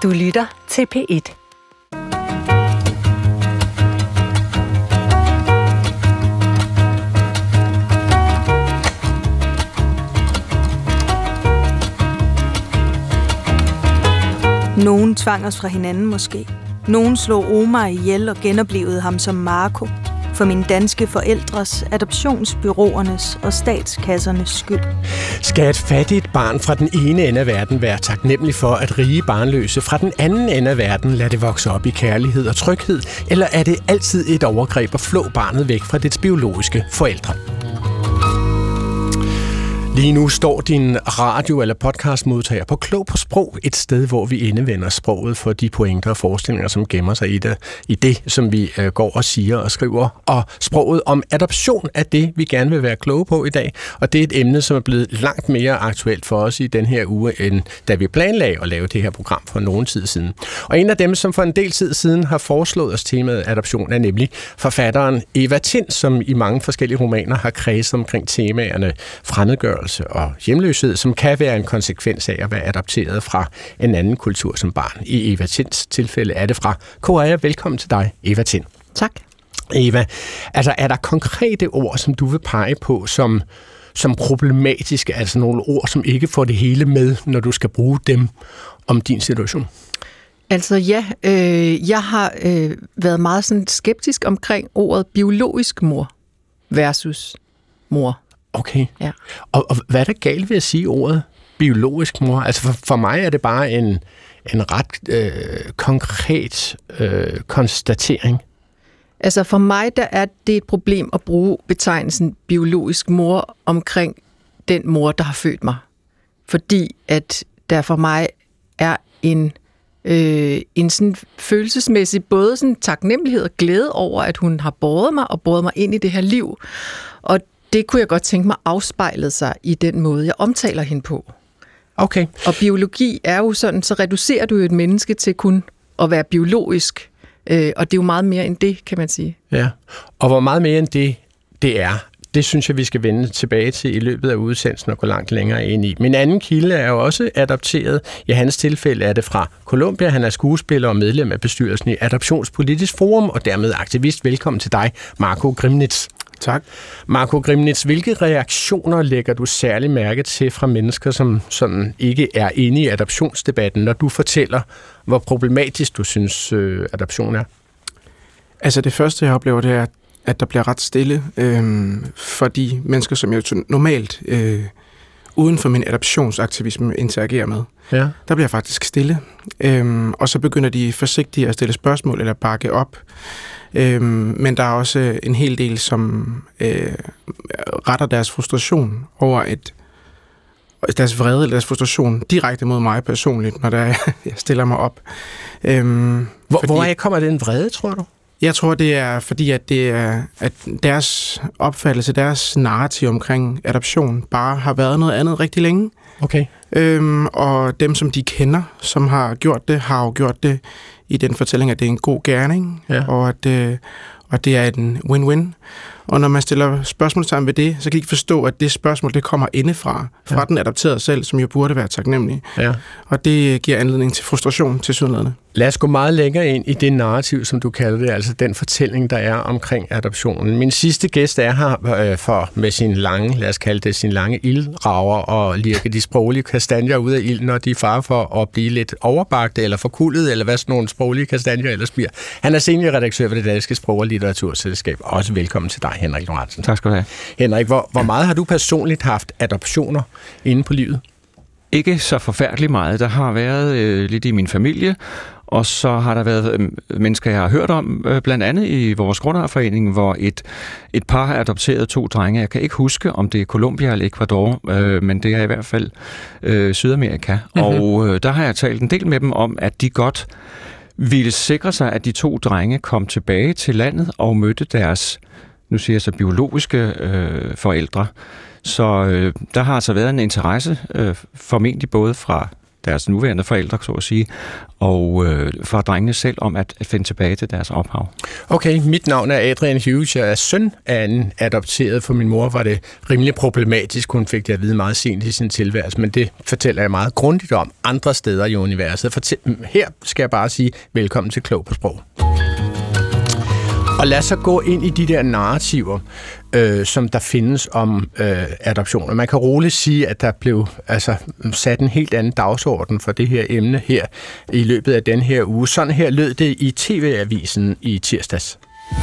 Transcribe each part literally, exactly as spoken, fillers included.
Du lytter til P et. Nogen tvang os fra hinanden måske. Nogen slog Omar ihjel og genoplevede ham som Marco. For mine danske forældres, adoptionsbyråernes og statskassernes skyld. Skal et fattigt barn fra den ene ende af verden være taknemmelig for, at rige barnløse fra den anden ende af verden lader det vokse op i kærlighed og tryghed? Eller er det altid et overgreb at flå barnet væk fra dets biologiske forældre? Lige nu står din radio- eller podcastmodtager på Klog på Sprog, et sted, hvor vi indevender sproget for de pointer og forestillinger, som gemmer sig i det, i det som vi øh, går og siger og skriver. Og sproget om adoption er det, vi gerne vil være kloge på i dag. Og det er et emne, som er blevet langt mere aktuelt for os i den her uge, end da vi planlagde at lave det her program for nogen tid siden. Og en af dem, som for en del tid siden har foreslået os temaet adoption, er nemlig forfatteren Eva Tind, som i mange forskellige romaner har kredset omkring temaerne fremmedgørelse og hjemløshed, som kan være en konsekvens af at være adopteret fra en anden kultur som barn. I Eva Tinds tilfælde er det fra Korea. Velkommen til dig, Eva Tind. Tak. Eva, altså er der konkrete ord, som du vil pege på som, som problematiske, altså nogle ord, som ikke får det hele med, når du skal bruge dem om din situation? Altså ja, øh, jeg har øh, været meget sådan skeptisk omkring ordet biologisk mor versus mor. Okay. Ja. Og, og hvad er der galt ved at sige ordet biologisk mor? Altså for, for mig er det bare en, en ret øh, konkret øh, konstatering. Altså for mig der er det et problem at bruge betegnelsen biologisk mor omkring den mor, der har født mig. Fordi at der for mig er en, øh, en sådan følelsesmæssig både sådan taknemmelighed og glæde over, at hun har båret mig og båret mig ind i det her liv. Og det kunne jeg godt tænke mig afspejlet sig i den måde, jeg omtaler hende på. Okay. Og biologi er jo sådan, så reducerer du jo et menneske til kun at være biologisk. Øh, og det er jo meget mere end det, kan man sige. Ja, og hvor meget mere end det, det er, det synes jeg, vi skal vende tilbage til i løbet af udsendelsen og gå langt længere ind i. Min anden kilde er jo også adopteret. I hans tilfælde er det fra Colombia. Han er skuespiller og medlem af bestyrelsen i Adoptionspolitisk Forum, og dermed aktivist. Velkommen til dig, Marco Grimnitz. Tak. Marco Grimnitz, hvilke reaktioner lægger du særlig mærke til fra mennesker, som sådan ikke er inde i adoptionsdebatten, når du fortæller, hvor problematisk du synes, øh, adoption er? Altså det første, jeg oplever, det er, at der bliver ret stille øh, for de mennesker, som jeg normalt øh, uden for min adoptionsaktivisme interagerer med. Ja. Der bliver faktisk stille, øh, og så begynder de forsigtigt at stille spørgsmål eller bakke op. Øhm, men der er også en hel del, som øh, retter deres frustration over et deres vrede eller deres frustration direkte mod mig personligt, når der, jeg stiller mig op. Øhm, Hvor, fordi, hvor kommer den vrede, tror du? Jeg tror, det er fordi, at, det er, at deres opfattelse, deres narrativ omkring adoption bare har været noget andet rigtig længe. Okay. Øhm, og dem, som de kender, som har gjort det, har jo gjort det i den fortælling, at det er en god gerning, ja. og at øh, og det er en win-win. Og når man stiller spørgsmål sammen ved det, så kan de ikke forstå, at det spørgsmål, det kommer indefra, fra ja. den adopterede selv, som jo burde være taknemmelig. Ja. Og det giver anledning til frustration til synlædende. Lad os gå meget længere ind i det narrativ, som du kalder det, altså den fortælling, der er omkring adoptionen. Min sidste gæst er her øh, for med sin lange, lad os kalde det sin lange ildrager, og lirke de sproglige kastanjer ud af ilden, når de er fare for at blive lidt overbagte eller forkullet, eller hvad sådan nogle sproglige kastanjer ellers bliver. Han er seniorredaktør ved det Danske Sprog- og Litteraturselskab. Også velkommen til dig, Henrik Lorentzen. Tak skal du have. Henrik, hvor, hvor meget har du personligt haft adoptioner inde på livet? Ikke så forfærdeligt meget. Der har været øh, lidt i min familie, og så har der været øh, mennesker, jeg har hørt om, øh, blandt andet i vores grundejerforening, hvor et, et par har adopteret to drenge. Jeg kan ikke huske, om det er Colombia eller Ecuador, øh, men det er i hvert fald øh, Sydamerika. Mm-hmm. Og øh, der har jeg talt en del med dem om, at de godt ville sikre sig, at de to drenge kom tilbage til landet og mødte deres, nu siger jeg så, biologiske øh, forældre. Så øh, der har altså været en interesse, øh, formentlig både fra deres nuværende forældre, så at sige, og øh, for drengene selv om at, at finde tilbage til deres ophav. Okay, mit navn er Adrian Hughes. Jeg er søn af en adopteret. For min mor var det rimelig problematisk. Hun fik det at vide meget sent i sin tilværelse, men det fortæller jeg meget grundigt om andre steder i universet. Fortæl, her skal jeg bare sige velkommen til Klog på Sprog. Og lad os så gå ind i de der narrativer, øh, som der findes om øh, adoptioner. Man kan roligt sige, at der blev altså, sat en helt anden dagsorden for det her emne her i løbet af den her uge. Sådan her lød det i T V-avisen i tirsdags.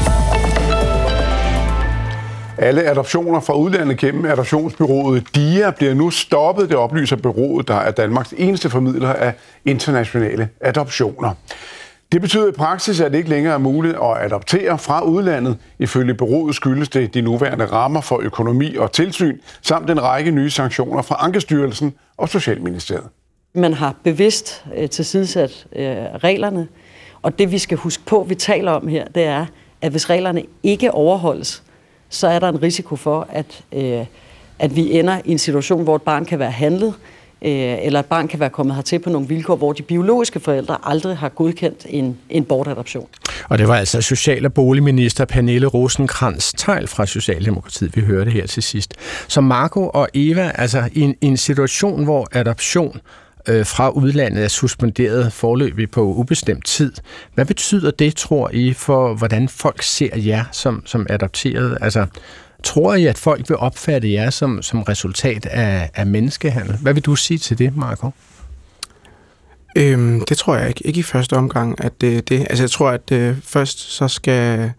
Alle adoptioner fra udlandet gennem adoptionsbyrået D I A bliver nu stoppet. Det oplyser byrået, der er Danmarks eneste formidler af internationale adoptioner. Det betyder i praksis, at det ikke længere er muligt at adoptere fra udlandet. Ifølge bureauet skyldes det de nuværende rammer for økonomi og tilsyn, samt en række nye sanktioner fra Ankestyrelsen og Socialministeriet. Man har bevidst øh, tilsidesat øh, reglerne, og det vi skal huske på, vi taler om her, det er, at hvis reglerne ikke overholdes, så er der en risiko for, at, øh, at vi ender i en situation, hvor et barn kan være handlet, eller et barn kan være kommet hertil på nogle vilkår, hvor de biologiske forældre aldrig har godkendt en, en bortadoption. Og det var altså social- og boligminister Pernille Rosenkrantz-Theil fra Socialdemokratiet, vi hørte her til sidst. Så Marco og Eva, altså i en, i en situation, hvor adoption øh, fra udlandet er suspenderet foreløbig på ubestemt tid. Hvad betyder det, tror I, for hvordan folk ser jer som, som adopteret? Altså, tror I, at folk vil opfatte jer som, som resultat af, af menneskehandel? Hvad vil du sige til det, Marco? Øhm, det tror jeg ikke. Ikke i første omgang, at det det. Altså, jeg tror, at øh, først så skal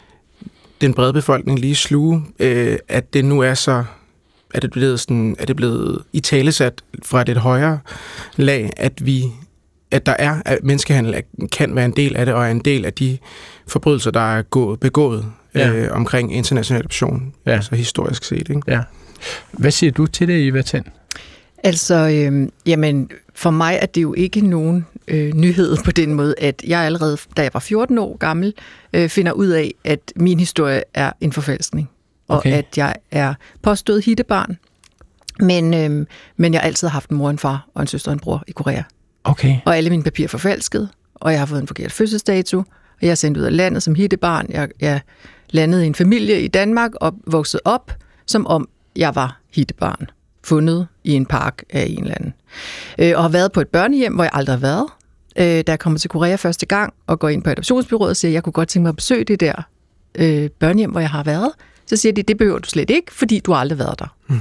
den brede befolkning lige sluge, øh, at det nu er så, at det blevet sådan, at det blevet italesat fra et højere lag, at vi, at der er, at menneskehandel kan være en del af det, og er en del af de forbrydelser, der er gået, begået. Ja. Øh, omkring international adoption, ja. Altså historisk set. Ikke? Ja. Hvad siger du til det, Eva Tind? Altså, øh, jamen, for mig er det jo ikke nogen øh, nyhed på den måde, at jeg allerede, da jeg var fjorten år gammel, øh, finder ud af, at min historie er en forfalskning. Okay. Og at jeg er påstået hittebarn, men, øh, men jeg har altid haft en mor, en far og en søster og en bror i Korea. Okay. Og alle mine papirer er forfalsket, og jeg har fået en forkert fødselsdato, og jeg er sendt ud af landet som hittebarn. Jeg, jeg landede i en familie i Danmark og voksede op, som om jeg var hittebarn, fundet i en park af en eller anden. Øh, og har været på et børnehjem, hvor jeg aldrig har været. Øh, da jeg kommer til Korea første gang og går ind på adoptionsbyrået og siger, at jeg kunne godt tænke mig at besøge det der øh, børnehjem, hvor jeg har været, så siger de, det behøver du slet ikke, fordi du aldrig har været der. Hmm.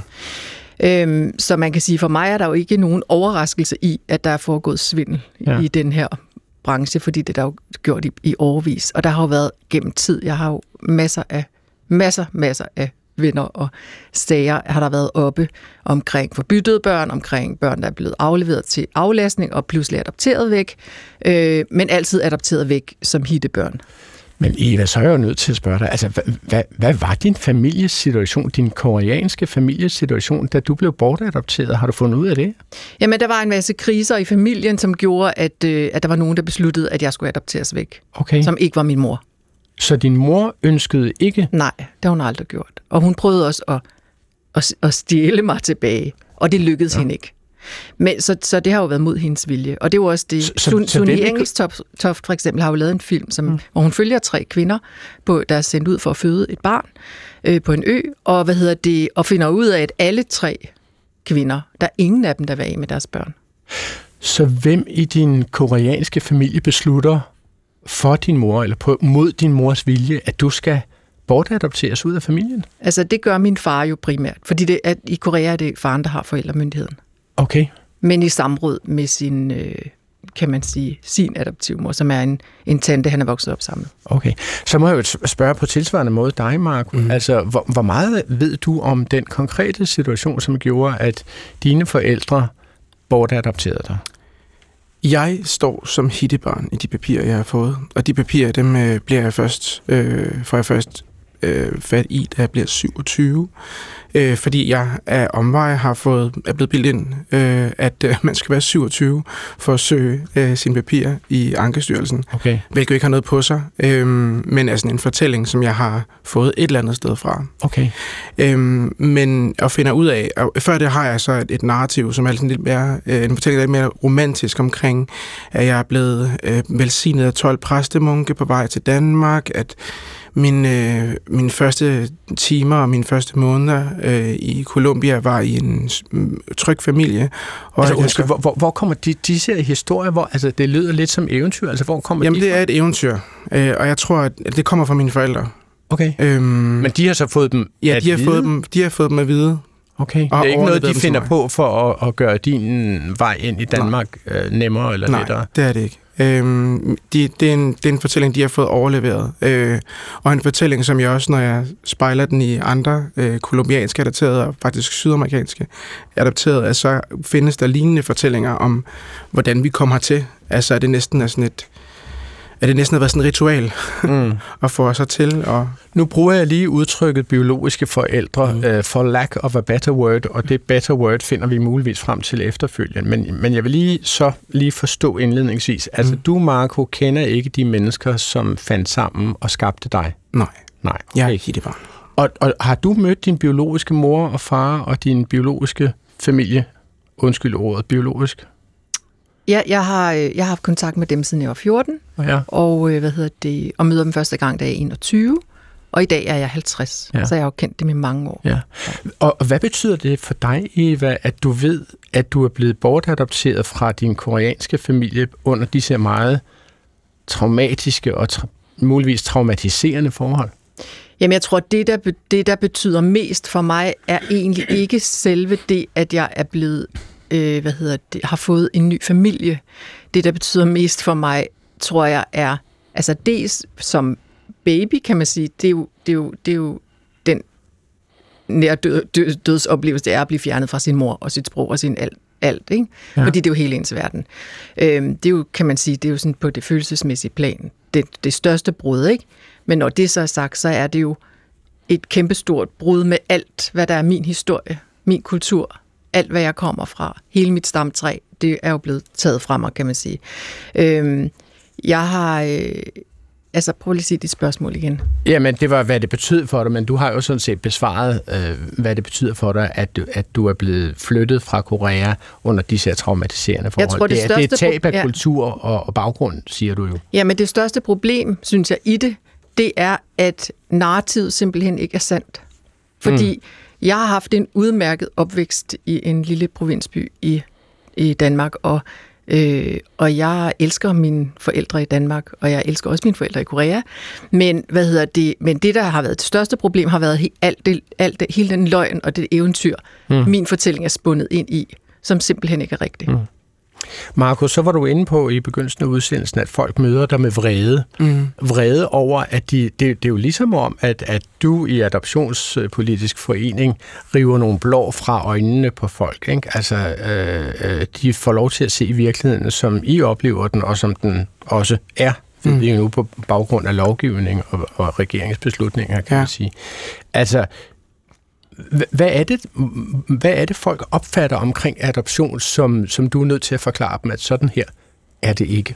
Øh, så man kan sige, for mig er der jo ikke nogen overraskelse i, at der er foregået svindel ja. i den her branche, fordi det der er jo gjort i, i årevis. Og der har jo været gennem tid, jeg har jo masser af, masser, masser af venner og sager, har der været oppe omkring forbyttede børn, omkring børn, der er blevet afleveret til aflastning og pludselig adopteret væk, øh, men altid adopteret væk som hittebørn. Men Eva, så er jeg jo nødt til at spørge dig, altså, hvad, hvad, hvad var din familiesituation, din koreanske familiesituation, da du blev bortadopteret? Har du fundet ud af det? Jamen, der var en masse kriser i familien, som gjorde, at, øh, at der var nogen, der besluttede, at jeg skulle adopteres væk. Okay. Som ikke var min mor. Så din mor ønskede ikke? Nej, det har hun aldrig gjort. Og hun prøvede også at, at, at stjæle mig tilbage, og det lykkedes ja. hende ikke. Men, så, så det har jo været mod hendes vilje. Og det er jo også det. Suni Engelstoft for eksempel har jo lavet en film, som, mm. hvor hun følger tre kvinder, på, der er sendt ud for at føde et barn øh, på en ø, og, hvad hedder det, og finder ud af, at alle tre kvinder, der er ingen af dem, der var af med deres børn. Så hvem i din koreanske familie beslutter for din mor, eller på, mod din mors vilje, at du skal bortadopteres ud af familien? Altså, det gør min far jo primært, fordi det, at i Korea er det faren, der har forældremyndigheden. Okay. Men i samråd med sin, øh, kan man sige, sin adoptivmor, som er en, en tante, han er vokset op sammen. Okay. Så må jeg jo spørge på tilsvarende måde dig, Marco. Mm. Altså, hvor, hvor meget ved du om den konkrete situation, som gjorde, at dine forældre bortadopterede dig? Jeg står som hittebarn i de papirer, jeg har fået. Og de papirer, dem øh, bliver jeg først, øh, får jeg først øh, fat i, da jeg bliver syvogtyve. Øh, fordi jeg af omveje har fået, er blevet bildt ind, øh, at øh, man skal være syvogtyve for at søge øh, sine papirer i Ankestyrelsen. Okay. Hvilket ikke har noget på sig, øh, men er sådan en fortælling, som jeg har fået et eller andet sted fra. Okay. Øh, men at finde ud af, og før det har jeg så et, et narrativ, som er sådan lidt mere, øh, en fortælling, der er lidt mere romantisk omkring, at jeg er blevet øh, velsignet af tolv præstemunke på vej til Danmark, at Min, øh, mine første timer og mine første måneder øh, i Colombia var i en tryg familie. Og altså, skal... hvor, hvor, hvor kommer de, disse historier? Hvor, altså, det lyder lidt som eventyr. Altså, hvor kommer Jamen, de det fra? er et eventyr, øh, og jeg tror, at det kommer fra mine forældre. Okay. Øhm, Men de har så fået dem ja, at de har vide? fået dem, de har fået dem at vide. Okay. Det er ikke noget, de finder på for at, at gøre din vej ind i Danmark øh, nemmere eller Nej, lettere? Nej, det er det ikke. Øhm, de, det, er en, det er en fortælling, de har fået overleveret. Øh, og en fortælling, som jeg også, når jeg spejler den i andre øh, kolumbianske adapterede og faktisk sydamerikanske adapterede, at så findes der lignende fortællinger om, hvordan vi kom hertil. Altså, er det næsten er sådan et er det næsten har været sådan et ritual mm. at få os til. Og nu bruger jeg lige udtrykket biologiske forældre mm. uh, for lack of a better word, og det better word finder vi muligvis frem til efterfølgende. Men, men jeg vil lige så lige forstå indledningsvis. Altså, mm. du, Marco, kender ikke de mennesker, som fandt sammen og skabte dig? Nej. Nej. Okay. Jeg er ikke det bare. Og, og har du mødt din biologiske mor og far og din biologiske familie? Undskyld ordet, biologisk. Ja, jeg har, jeg har haft kontakt med dem, siden jeg var fjorten, ja. og, hvad hedder det, og møder dem første gang, da jeg er enogtyve, og i dag er jeg halvtreds, ja. Så jeg har jo kendt dem i mange år. Ja. Og, og hvad betyder det for dig, Eva, at du ved, at du er blevet bortadopteret fra din koreanske familie under disse meget traumatiske og tra- muligvis traumatiserende forhold? Jamen, jeg tror, at det der, det, der betyder mest for mig, er egentlig ikke selve det, at jeg er blevet Øh, hvad hedder det, har fået en ny familie. Det, der betyder mest for mig, tror jeg, er, altså dels som baby, kan man sige, det er jo, det er jo, det er jo den nær død, død, dødsoplevelse, det er at blive fjernet fra sin mor og sit sprog og sin alt, alt ikke? Ja. Fordi det er jo hele ens verden. Øhm, det er jo, kan man sige, det er jo sådan på det følelsesmæssige plan, det, det største brud, ikke? Men når det så er sagt, så er det jo et kæmpestort brud med alt, hvad der er min historie, min kultur, alt, hvad jeg kommer fra, hele mit stamtræ, det er jo blevet taget fra mig, kan man sige. Øhm, jeg har... Øh, altså, prøv lige at sige dit spørgsmål igen. Jamen, det var, hvad det betyder for dig, men du har jo sådan set besvaret, øh, hvad det betyder for dig, at du, at du er blevet flyttet fra Korea under disse her traumatiserende forhold. Jeg tror, det, det, er, det er tab af ja. kultur og, og baggrund, siger du jo. Jamen, det største problem, synes jeg, i det, det er, at narrativet simpelthen ikke er sandt. Fordi... Mm. Jeg har haft en udmærket opvækst i en lille provinsby i, i Danmark, og, øh, og jeg elsker mine forældre i Danmark, og jeg elsker også mine forældre i Korea. Men, hvad hedder det, men det, der har været det største problem, har været he, alt det, alt det, hele den løgn og det eventyr, mm. min fortælling er spundet ind i, som simpelthen ikke er rigtigt. Mm. Marco, så var du inde på i begyndelsen af udsendelsen, at folk møder dig med vrede. Mm. Vrede over, at de, det, det er jo ligesom om, at, at du i Adoptionspolitisk Forening river nogle blår fra øjnene på folk. Ikke? Altså, øh, de får lov til at se virkeligheden, som I oplever den, og som den også er. Mm. Vi er nu på baggrund af lovgivning og, og regeringsbeslutninger, kan ja. man sige. Altså, Hvad er, det, hvad er det, folk opfatter omkring adoption, som, som du er nødt til at forklare dem, at sådan her er det ikke?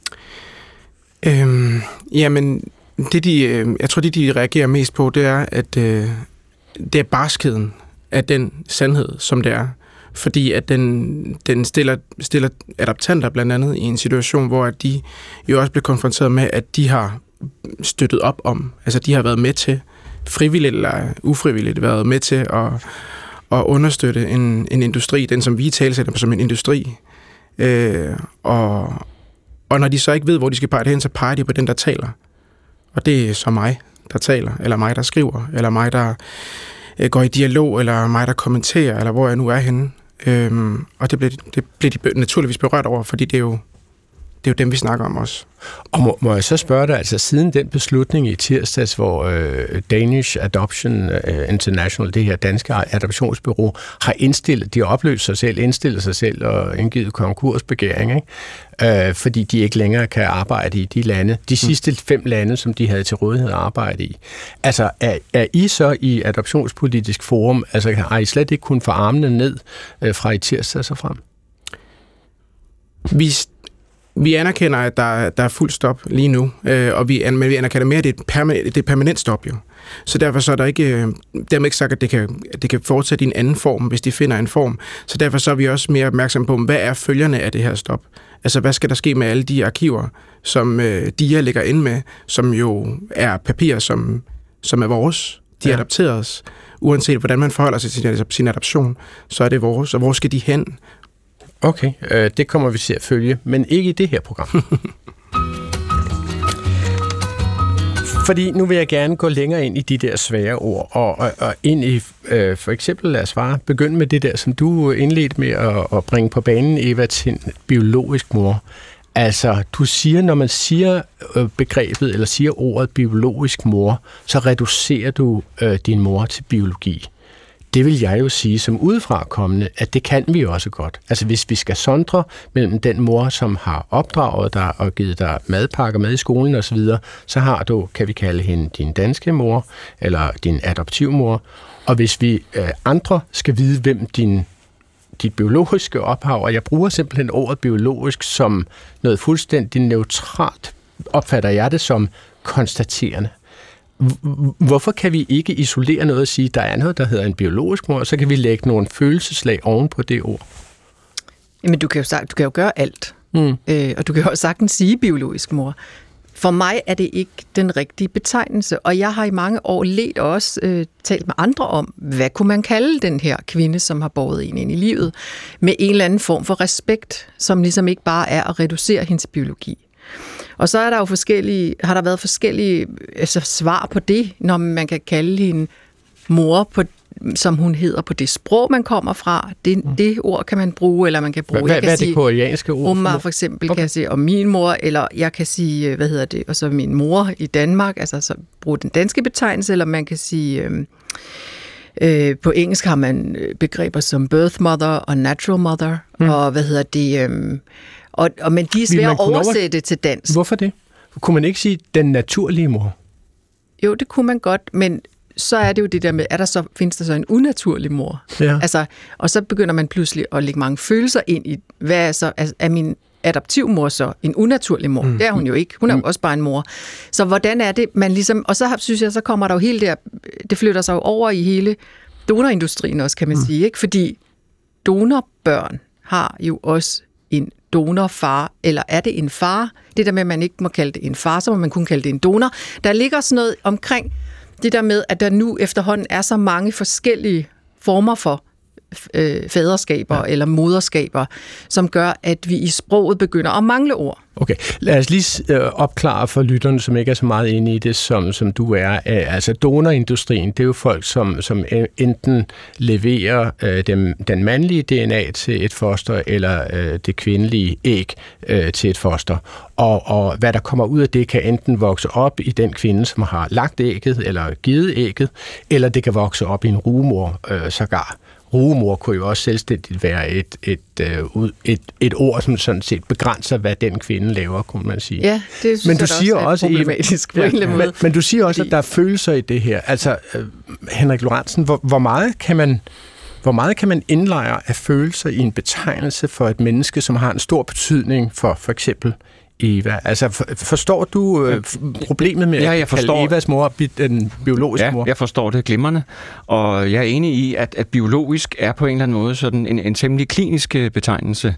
Øhm, jamen, det de, øh, jeg tror, det de reagerer mest på, det er, at øh, det er barskheden af den sandhed, som det er. Fordi at den, den stiller, stiller adoptanter blandt andet i en situation, hvor de jo også bliver konfronteret med, at de har støttet op om, altså de har været med til, frivilligt eller ufrivilligt, været med til at, at understøtte en, en industri, den som vi talsætter som en industri. Øh, og, og når de så ikke ved, hvor de skal pege hen, så peger de på den, der taler. Og det er så mig, der taler, eller mig, der skriver, eller mig, der øh, går i dialog, eller mig, der kommenterer, eller hvor jeg nu er henne. Øh, og det bliver, det bliver de naturligvis berørt over, fordi det er jo det er jo dem, vi snakker om også. Og må, må jeg så spørge dig, altså siden den beslutning i tirsdags, hvor øh, Danish Adoption øh, International, det her danske adoptionsbureau, har indstillet, de har opløst sig selv, indstillet sig selv og indgivet konkursbegæring, ikke? Øh, fordi de ikke længere kan arbejde i de lande, de sidste mm. fem lande, som de havde til rådighed at arbejde i. Altså, er, er I så i Adoptionspolitisk Forum, altså har I slet ikke kunnet få armene ned øh, fra i tirsdags og frem? Vi Vi anerkender, at der, der er fuld stop lige nu, øh, og vi, men vi anerkender mere, at det er et permanent, det er et permanent stop jo. Så derfor så er der ikke, dermed ikke sagt, at det kan, at det kan fortsætte i en anden form, hvis de finder en form. Så derfor så er vi også mere opmærksomme på, hvad er følgerne af det her stop? Altså, hvad skal der ske med alle de arkiver, som øh, D I A ligger inde med, som jo er papirer, som, som er vores. De ja. adopteres. Uanset hvordan man forholder sig til sin adoption, så er det vores. Og hvor skal de hen? Okay, øh, det kommer vi til at følge, men ikke i det her program. Fordi nu vil jeg gerne gå længere ind i de der svære ord, og, og, og ind i, øh, for eksempel, lad os svare, begynde med det der, som du indledte med at, at bringe på banen, Eva, til en biologisk mor. Altså, du siger, når man siger øh, begrebet, eller siger ordet biologisk mor, så reducerer du øh, din mor til biologi. Det vil jeg jo sige som udefra kommende, at det kan vi også godt. Altså hvis vi skal sondre mellem den mor, som har opdraget dig og givet dig madpakker med i skolen osv., så har du, kan vi kalde hende din danske mor, eller din adoptivmor. Og hvis vi øh, andre skal vide, hvem din, dit biologiske ophav, og jeg bruger simpelthen ordet biologisk som noget fuldstændig neutralt, opfatter jeg det som konstaterende. Hvorfor kan vi ikke isolere noget og sige, at der er noget, der hedder en biologisk mor, og så kan vi lægge nogle følelseslag oven på det ord? Jamen, du kan jo, du kan jo gøre alt. Mm. Øh, og du kan jo også sagtens sige biologisk mor. For mig er det ikke den rigtige betegnelse, og jeg har i mange år let også øh, talt med andre om, hvad kunne man kalde den her kvinde, som har båret en ind i livet, med en eller anden form for respekt, som ligesom ikke bare er at reducere hendes biologi. Og så er der jo forskellige, har der været forskellige altså, svar på det, når man kan kalde hende mor, på, som hun hedder, på det sprog, man kommer fra. Det, mm. det ord kan man bruge, eller man kan bruge... Hvad, jeg kan hvad er sige, det koreanske ord? Omar for eksempel, okay. Kan jeg sige, og min mor, eller jeg kan sige, hvad hedder det, og så min mor i Danmark, altså så bruge den danske betegnelse, eller man kan sige... Øh, øh, på engelsk har man begreber som birth mother og natural mother, mm. og hvad hedder det... Øh, Og, og, men de er svære at oversætte over... til dansk. Hvorfor det? Kunne man ikke sige den naturlige mor? Jo, det kunne man godt, men så er det jo det der med, er der så, findes der så en unaturlig mor? Ja. Altså, og så begynder man pludselig at lægge mange følelser ind i, hvad er så, er min adoptivmor så en unaturlig mor? Mm. Det er hun jo ikke. Hun er jo mm. også bare en mor. Så hvordan er det, man ligesom, og så synes jeg, så kommer der jo hele der, det flytter sig jo over i hele donorindustrien også, kan man mm. sige, ikke? Fordi donorbørn har jo også en donorfar, eller er det en far? Det der med, at man ikke må kalde det en far, så må man kun kalde det en donor. Der ligger sådan noget omkring det der med, at der nu efterhånden er så mange forskellige former for øh, faderskaber ja. eller moderskaber, som gør, at vi i sproget begynder at mangle ord. Okay, lad os lige øh, opklare for lytterne, som ikke er så meget inde i det, som, som du er. Æh, altså donorindustrien, det er jo folk, som, som enten leverer øh, dem, den mandlige D N A til et foster, eller øh, det kvindelige æg øh, til et foster. Og, og hvad der kommer ud af det, kan enten vokse op i den kvinde, som har lagt ægget, eller givet ægget, eller det kan vokse op i en rugemor øh, sågar. Rugemor kunne jo også selvstændigt være et, et, et, et, et ord, som sådan set begrænser, hvad den kvinde laver, kunne man sige. Ja, det synes men du jeg siger også er også problematisk på ja, en eller anden måde. Men, men du siger også, Fordi... at der er følelser i det her. Altså, uh, Henrik Lorentzen, hvor, hvor meget kan man... Hvor meget kan man indlejre af følelser i en betegnelse for et menneske, som har en stor betydning for for eksempel Eva? Altså, for, forstår du øh, problemet med ja, jeg at forstår. kalde Evas mor den biologiske ja, mor? jeg forstår det glimrende. Og jeg er enig i, at, at biologisk er på en eller anden måde sådan en, en temmelig klinisk betegnelse.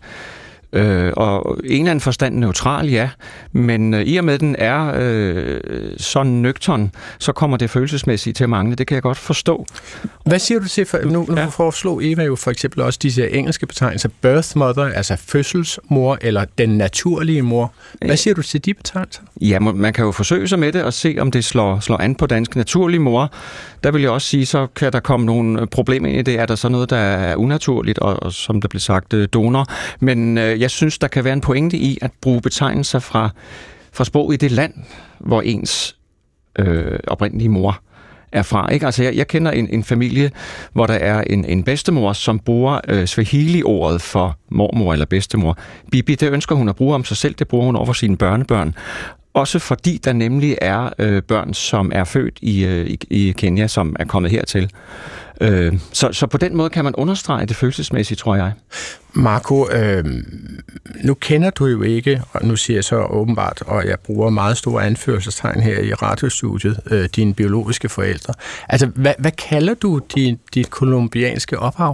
Øh, og en eller anden forstand neutral, ja, men øh, i og med den er øh, så nøgtern, så kommer det følelsesmæssigt til at mangle. Det kan jeg godt forstå. Hvad siger du til, for, nu, nu ja. foreslår Eva jo for eksempel også disse engelske betegnelser, birth mother, altså fødselsmor, eller den naturlige mor. Hvad siger du til de betegnelser? Ja, man kan jo forsøge sig med det og se, om det slår, slår an på dansk naturlig mor. Der vil jeg også sige, så kan der komme nogle problemer ind i det. Er der så noget, der er unaturligt, og, og som der blev sagt, donor. Men øh, jeg, jeg synes, der kan være en pointe i at bruge betegnelser fra, fra sprog i det land, hvor ens øh, oprindelige mor er fra. Ikke? Altså, jeg, jeg kender en, en familie, hvor der er en, en bedstemor, som bruger øh, Swahili-ordet for mormor eller bedstemor. Bibi, det ønsker hun at bruge om sig selv, det bruger hun over for sine børnebørn. Også fordi der nemlig er øh, børn, som er født i, øh, i, i Kenya, som er kommet hertil. Øh, så, så på den måde kan man understrege det følelsesmæssigt, tror jeg. Marco, øh, nu kender du jo ikke, og nu siger jeg så åbenbart, og jeg bruger meget store anførselstegn her i radiostudiet, øh, dine biologiske forældre. Altså, hvad, hvad kalder du din, dit kolumbianske ophav?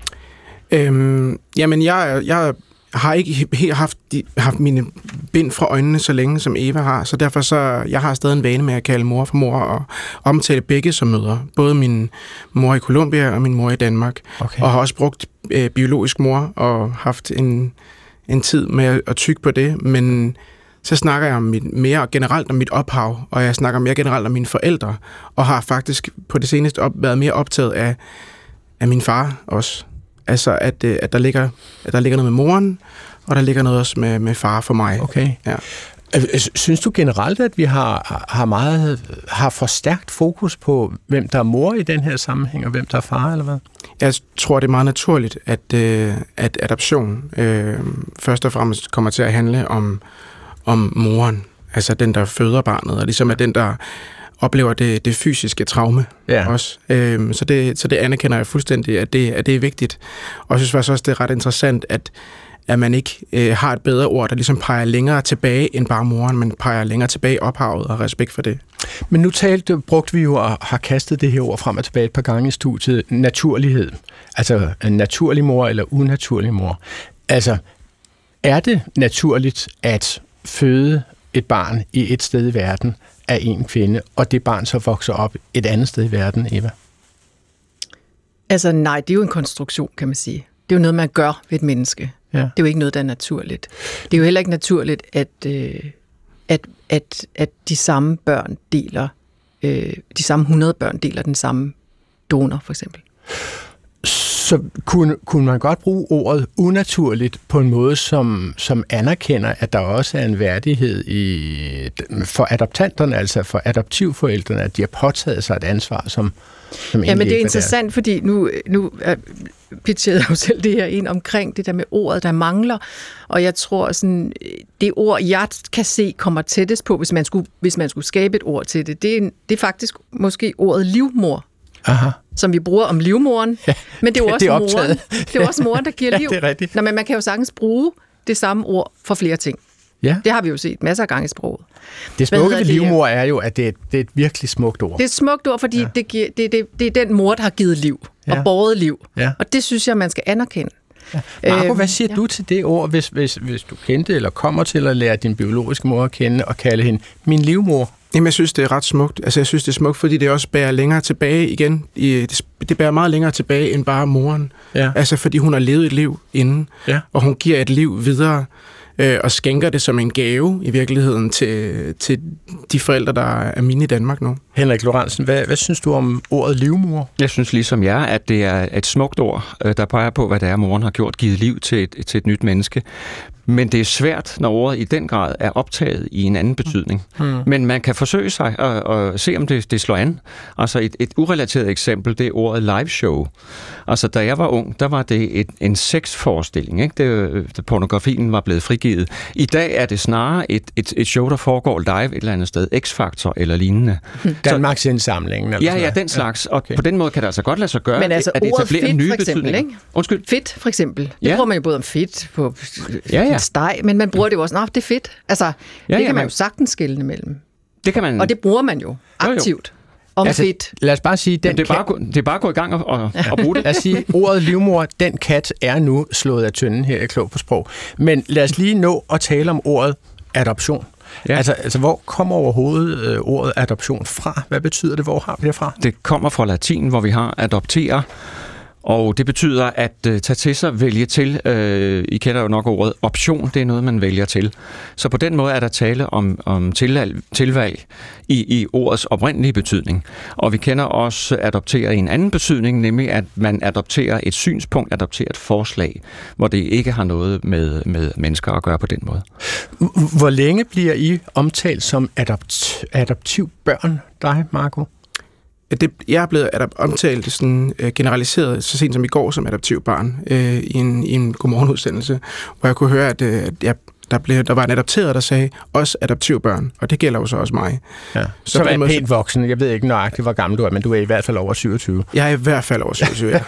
Øhm, jamen, jeg, jeg har ikke helt haft, haft mine bind fra øjnene så længe, som Eva har, så derfor så, jeg har stadig en vane med at kalde mor for mor og omtale begge som mødre. Både min mor i Colombia og min mor i Danmark. Okay. Og har også brugt øh, biologisk mor og haft en, en tid med at, at tygge på det, men så snakker jeg om mit, mere generelt om mit ophav, og jeg snakker mere generelt om mine forældre, og har faktisk på det seneste op, været mere optaget af, af min far også. Altså, at, at, der ligger, at der ligger noget med moren, og der ligger noget også med, med far for mig. Okay. Ja. Synes du generelt, at vi har, har, meget, har for stærkt fokus på, hvem der er mor i den her sammenhæng, og hvem der er far, eller hvad? Jeg tror, det er meget naturligt, at, at adoption øh, først og fremmest kommer til at handle om, om moren. Altså den, der føder barnet, og ligesom er den, der oplever det, det fysiske traume ja. også. Øhm, så, det, så det anerkender jeg fuldstændig, at det, at det er vigtigt. Og jeg synes faktisk også, det er ret interessant, at, at man ikke øh, har et bedre ord, der ligesom peger længere tilbage end bare moren, men peger længere tilbage i ophavet, og respekt for det. Men nu talte, brugte vi jo og har kastet det her ord frem og tilbage et par gange i studiet, naturlighed. Altså en naturlig mor eller unaturlig mor. Altså, er det naturligt at føde et barn i et sted i verden af en kvinde, og det barn så vokser op et andet sted i verden, Eva? Altså nej, det er jo en konstruktion, kan man sige. Det er jo noget, man gør ved et menneske. Ja. Det er jo ikke noget, der er naturligt. Det er jo heller ikke naturligt, at, øh, at, at, at de samme børn deler, øh, de samme hundrede børn deler den samme donor, for eksempel. Så kunne, kunne man godt bruge ordet unaturligt på en måde, som, som anerkender, at der også er en værdighed i, for adoptanterne, altså for adoptivforældrene, at de har påtaget sig et ansvar, som, som ja, men det er interessant, der. Fordi nu, nu pitchede jeg jo selv det her ind omkring det der med ordet, der mangler, og jeg tror, sådan, det ord, jeg kan se, kommer tættest på, hvis man skulle, hvis man skulle skabe et ord til det, det er, det er faktisk måske ordet livmor. Aha. Som vi bruger om livmoren, ja, men det er jo også, det er moren, det er også moren, der giver liv. Ja, det er rigtigt. Nå, men man kan jo sagtens bruge det samme ord for flere ting. Ja. Det har vi jo set masser af gange i sproget. Det smukke ved livmor er jo, at det er, det er et virkelig smukt ord. Det er et smukt ord, fordi ja. det, giver, det, det, det er den mor, der har givet liv og ja. båret liv. Ja. Og det synes jeg, man skal anerkende. Ja. Marco, hvad siger ja. du til det ord, hvis, hvis, hvis du kendte eller kommer til at lære din biologiske mor at kende og kalde hende min livmor? Jamen, jeg synes, det er ret smukt. Altså, jeg synes, det er smukt, fordi det også bærer længere tilbage igen. Det bærer meget længere tilbage end bare moren. Ja. Altså, fordi hun har levet et liv inden, ja. og hun giver et liv videre, øh, og skænker det som en gave i virkeligheden til, til de forældre, der er mine i Danmark nu. Henrik Lorentzen, hvad, hvad synes du om ordet livmor? Jeg synes ligesom jeg, at det er et smukt ord, der peger på, hvad det er, moren har gjort, givet liv til et, til et nyt menneske. Men det er svært, når ordet i den grad er optaget i en anden betydning. Hmm. Men man kan forsøge sig at, at se, om det, det slår an. Altså et, et urelateret eksempel, det er ordet live show. Altså da jeg var ung, der var det et, en sexforestilling. Ikke? Det, det, pornografien var blevet frigivet. I dag er det snarere et, et, et show, der foregår live et eller andet sted. X-Factor eller lignende. Hmm. Danmarks indsamling. Ja, ja, den slags. Og okay. på den måde kan det altså godt lade sig gøre, men altså, at etablere nye betydninger. Undskyld. Fedt, for eksempel. Det ja. bruger man jo både om fedt på ja, ja. steg, men man bruger det jo også, nå, det er fedt. Altså, ja, det kan ja, man jo sagtens skelne mellem. Det kan man. Og det bruger man jo aktivt. Jo, jo. Om altså, fedt. Lad os bare sige, den det, er bare, det er bare at gå i gang og, og, og bruge det. Lad os sige, ordet livmor, den kat er nu slået af tynden her i Klog på Sprog. Men lad os lige nå at tale om ordet adoption. Ja. Altså, altså, hvor kommer overhovedet øh, ordet adoption fra? Hvad betyder det? Hvor har vi det fra? Det kommer fra latin, hvor vi har adoptere, Og det betyder at uh, tage til sig, vælge til. Uh, I kender jo nok ordet option, det er noget, man vælger til. Så på den måde er der tale om, om tilvalg, tilvalg i, i ordets oprindelige betydning. Og vi kender også adoptere i en anden betydning, nemlig at man adopterer et synspunkt, adopterer et forslag, hvor det ikke har noget med, med mennesker at gøre på den måde. Hvor længe bliver I omtalt som adapt, adoptivbørn, dig, Marco? Det, jeg er blevet omtalt sådan, øh, generaliseret så sent som i går som adoptivbarn øh, i, en, i en godmorgenudsendelse, hvor jeg kunne høre, at, øh, at jeg, der, blev, der var en adopteret, der sagde, også adoptivbørn, og det gælder jo så også mig. Ja. Så, så er jeg pænt voksen. Jeg ved ikke nøjagtigt, hvor gammel du er, men du er i hvert fald over syvogtyve. Jeg er i hvert fald over syvogtyve, ja.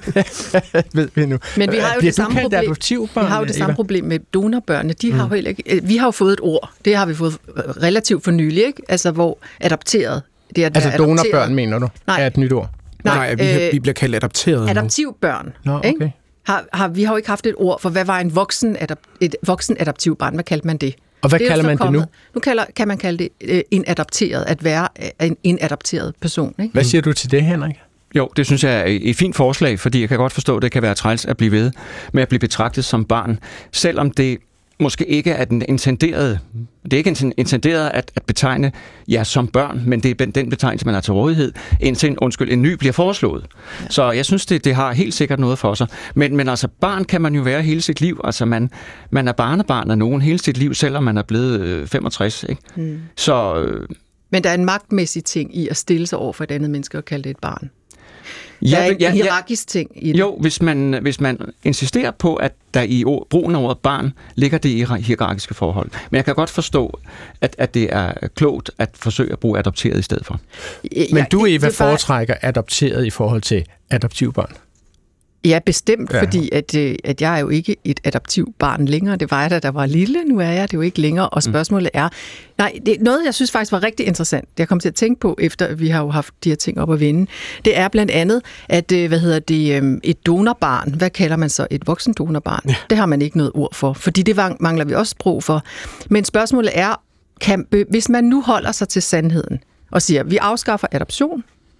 ved vi nu. Men vi har jo Bliver det samme problem. Vi har jo det samme problem med donorbørnene. De har mm. jo heller ikke, vi har jo fået et ord. Det har vi fået relativt for nylig, ikke? Altså hvor adopteret. Det er, altså donorbørn, mener du? Nej. Er et nyt ord? Nej, Nej vi, har, vi bliver kaldt adopteret. Adoptivbørn. Nå, okay. Ikke? Har, har, vi har jo ikke haft et ord for, hvad var en voksen, adop, et voksen adoptivbarn? Hvad kaldte man det? Og hvad det kalder man kommet. det nu? Nu kalder, kan man kalde det øh, en adopteret, at være en, en adopteret person. Ikke? Hvad siger du til det, Henrik? Jo, det synes jeg er et fint forslag, fordi jeg kan godt forstå, at det kan være træls at blive ved med at blive betragtet som barn, selvom det måske ikke er den intenderede, det er ikke intenderet at, at betegne jer som børn, men det er den betegnelse, man har til rådighed, indtil en, undskyld, en ny bliver foreslået. Ja. Så jeg synes, det, det har helt sikkert noget for sig. Men, men altså, barn kan man jo være hele sit liv. Altså, man, man er barnebarn af nogen hele sit liv, selvom man er blevet øh, femogtres. Ikke? Mm. Så, øh, men der er en magtmæssig ting i at stille sig over for et andet menneske og kalde det et barn. Der ja, er en ja, hierarkisk ting i det. Jo, hvis man, hvis man insisterer på, at der i ord, brugen af ordet barn ligger det i hierarkiske forhold. Men jeg kan godt forstå, at, at det er klogt at forsøge at bruge adopteret i stedet for. Ja, men du, Eva, bare... foretrækker adopteret i forhold til adoptivbørn? Ja, bestemt, ja. fordi at, at jeg er jo ikke et adoptivbarn længere. Det var jeg da, der var lille. Nu er jeg det jo ikke længere. Og spørgsmålet er... Nej, det er noget, jeg synes faktisk var rigtig interessant. Det jeg kom til at tænke på, efter vi har jo haft de her ting op at vende. Det er blandt andet, at hvad hedder det, et donorbarn. Hvad kalder man så et voksen donorbarn? Ja. Det har man ikke noget ord for, fordi det mangler vi også brug for. Men spørgsmålet er, kan, hvis man nu holder sig til sandheden og siger, vi afskaffer adoption...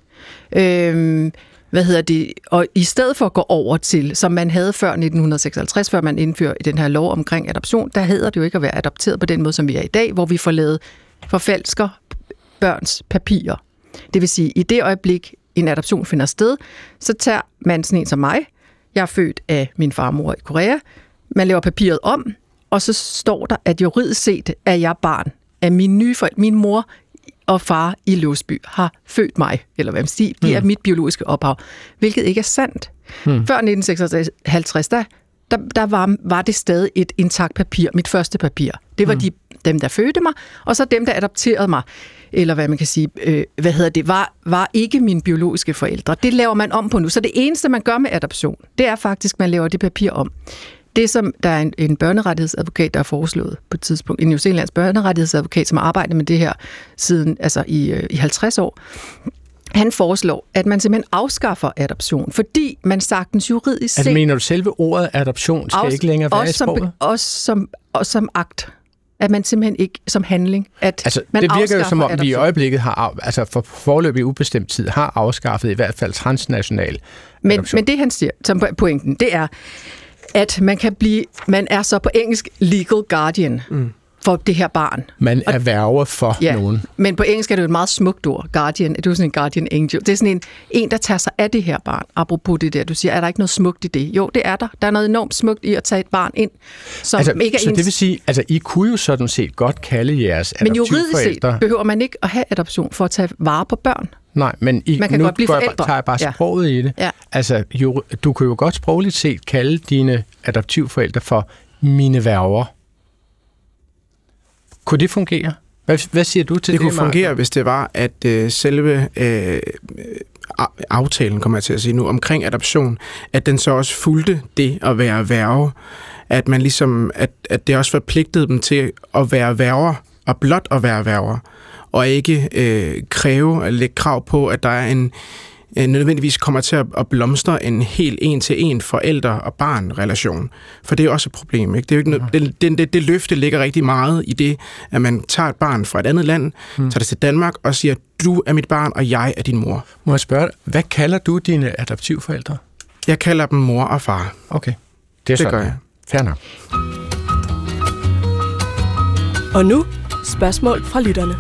Øhm, Hvad hedder det? Og i stedet for at gå over til, som man havde før nitten seksoghalvtreds, før man indførte den her lov omkring adoption, der hedder det jo ikke at være adopteret på den måde, som vi er i dag, hvor vi får lavet forfalsker børns papirer. Det vil sige, i det øjeblik, en adoption finder sted, så tager man sådan en som mig. Jeg er født af min farmor i Korea. Man laver papiret om, og så står der, at juridisk set er jeg barn af min nye forældre. Min mor og far i Låsby har født mig, eller hvad man siger, de er mm. mit biologiske ophav, hvilket ikke er sandt. Mm. Før nitten seksoghalvtreds, der, der, der var, var det stadig et intakt papir, mit første papir. Det var mm. de, dem, der fødte mig, og så dem, der adopterede mig, eller hvad man kan sige, øh, hvad hedder det, var, var ikke mine biologiske forældre. Det laver man om på nu. Så det eneste, man gør med adoption, det er faktisk, at man laver det papir om. Det, som der er en, en børnerettighedsadvokat, der har foreslået på et tidspunkt, en New Zealands børnerettighedsadvokat, som har arbejdet med det her siden, altså i, øh, i halvtreds år, han foreslår, at man simpelthen afskaffer adoption, fordi man sagtens juridisk set... Altså mener du, selve ordet adoption skal også, ikke længere være i sproget? Som, også, som, også som akt. At man simpelthen ikke som handling, at altså, man det virker jo som om, adoption. Vi i øjeblikket har, altså for foreløbig ubestemt tid, har afskaffet i hvert fald transnational men, adoption. Men det, han siger, som pointen, det er, at man kan blive, man er så på engelsk legal guardian mm. for det her barn. Man er værge for ja, nogen. Men på engelsk er det jo et meget smukt ord, guardian. Det er jo sådan en guardian angel. Det er sådan en, en, der tager sig af det her barn. Apropos det der, du siger, er der ikke noget smukt i det? Jo, det er der. Der er noget enormt smukt i at tage et barn ind, som altså, ikke er så ens. det vil sige, altså I kunne jo sådan set godt kalde jeres adoptivforældre. Men juridisk set behøver man ikke at have adoption for at tage vare på børn. Nej, men I, man kan nu godt blive forældre. Jeg, tager jeg bare sproget ja. i det. Ja. Altså, jo, du kan jo godt sprogligt set kalde dine adoptivforældre for mine værger. Kunne det fungere? Hvad, hvad siger du til det? Det kunne fungere, hvis det var, at øh, selve øh, aftalen, kommer jeg til at sige nu, omkring adoption, at den så også fulgte det at være værge. At man ligesom, at, at det også forpligtede dem til at være værger, og blot at være værger, og ikke øh, kræve, eller lægge krav på, at der er en øh, nødvendigvis kommer til at, at blomstre en helt en-til-en forældre- og barn-relation. For det er også et problem, ikke? Det, er jo ikke noget, det, det, det, det løfte ligger rigtig meget i det, at man tager et barn fra et andet land, mm. tager det til Danmark og siger, du er mit barn, og jeg er din mor. Må jeg spørge, hvad kalder du dine adoptivforældre? Jeg kalder dem mor og far. Okay, det er det gør jeg. Fair nok. Og nu spørgsmål fra lytterne.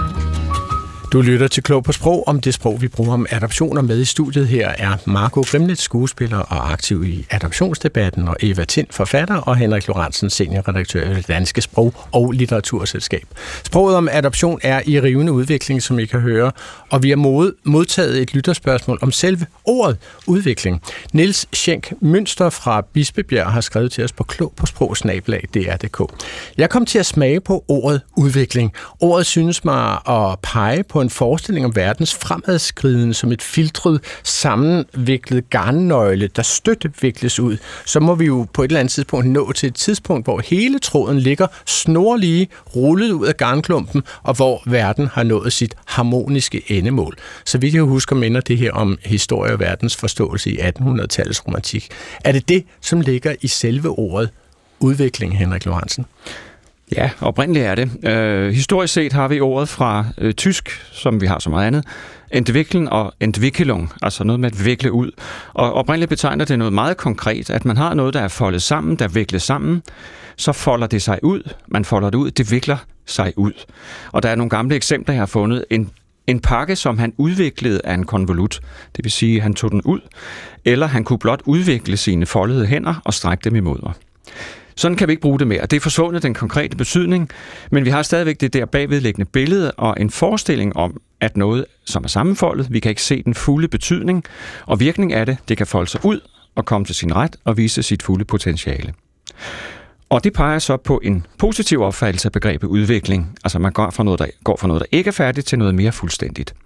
Du lytter til Klog på Sprog om det sprog, vi bruger om adoptioner. Med i studiet her er Marco Grimlitz, skuespiller og aktiv i adoptionsdebatten, og Eva Tind, forfatter, og Henrik Lorentzen, seniorredaktør i det Danske Sprog- og Litteraturselskab. Sproget om adoption er i rivende udvikling, som I kan høre, og vi har modtaget et lytterspørgsmål om selve ordet udvikling. Niels Schenk Mønster fra Bispebjerg har skrevet til os på klog på sprog snabel-a d r punktum d k. Jeg kom til at smage på ordet udvikling. Ordet synes mig at pege på en forestilling om verdens fremadskriden som et filtret, sammenviklet garnnøgle, der støt vikles ud. Så må vi jo på et eller andet tidspunkt nå til et tidspunkt, hvor hele tråden ligger snorlige, rullet ud af garnklumpen, og hvor verden har nået sit harmoniske endemål. Så vidt jeg husker, minder det her om historie og verdens forståelse i attenhundredetallets romantik. Er det det, som ligger i selve ordet udvikling, Henrik Lorentzen? Ja, oprindeligt er det. Øh, historisk set har vi ordet fra øh, tysk, som vi har så meget andet, entwickeln og Entwicklung, altså noget med at vikle ud. Og oprindeligt betegner det noget meget konkret, at man har noget, der er foldet sammen, der vikles sammen, så folder det sig ud, man folder det ud, det vikler sig ud. Og der er nogle gamle eksempler, jeg har fundet. En, en pakke, som han udviklede af en konvolut, det vil sige, at han tog den ud, eller han kunne blot udvikle sine foldede hænder og strække dem imod mig. Sådan kan vi ikke bruge det mere. Det er forsvundet den konkrete betydning, men vi har stadigvæk det der bagvedliggende billede og en forestilling om, at noget, som er sammenfoldet, vi kan ikke se den fulde betydning, og virkning af det, det kan folde sig ud og komme til sin ret og vise sit fulde potentiale. Og det peger så på en positiv opfattelse af begrebet udvikling. Altså man går fra noget, der, går fra noget, der ikke er færdigt, til noget mere fuldstændigt.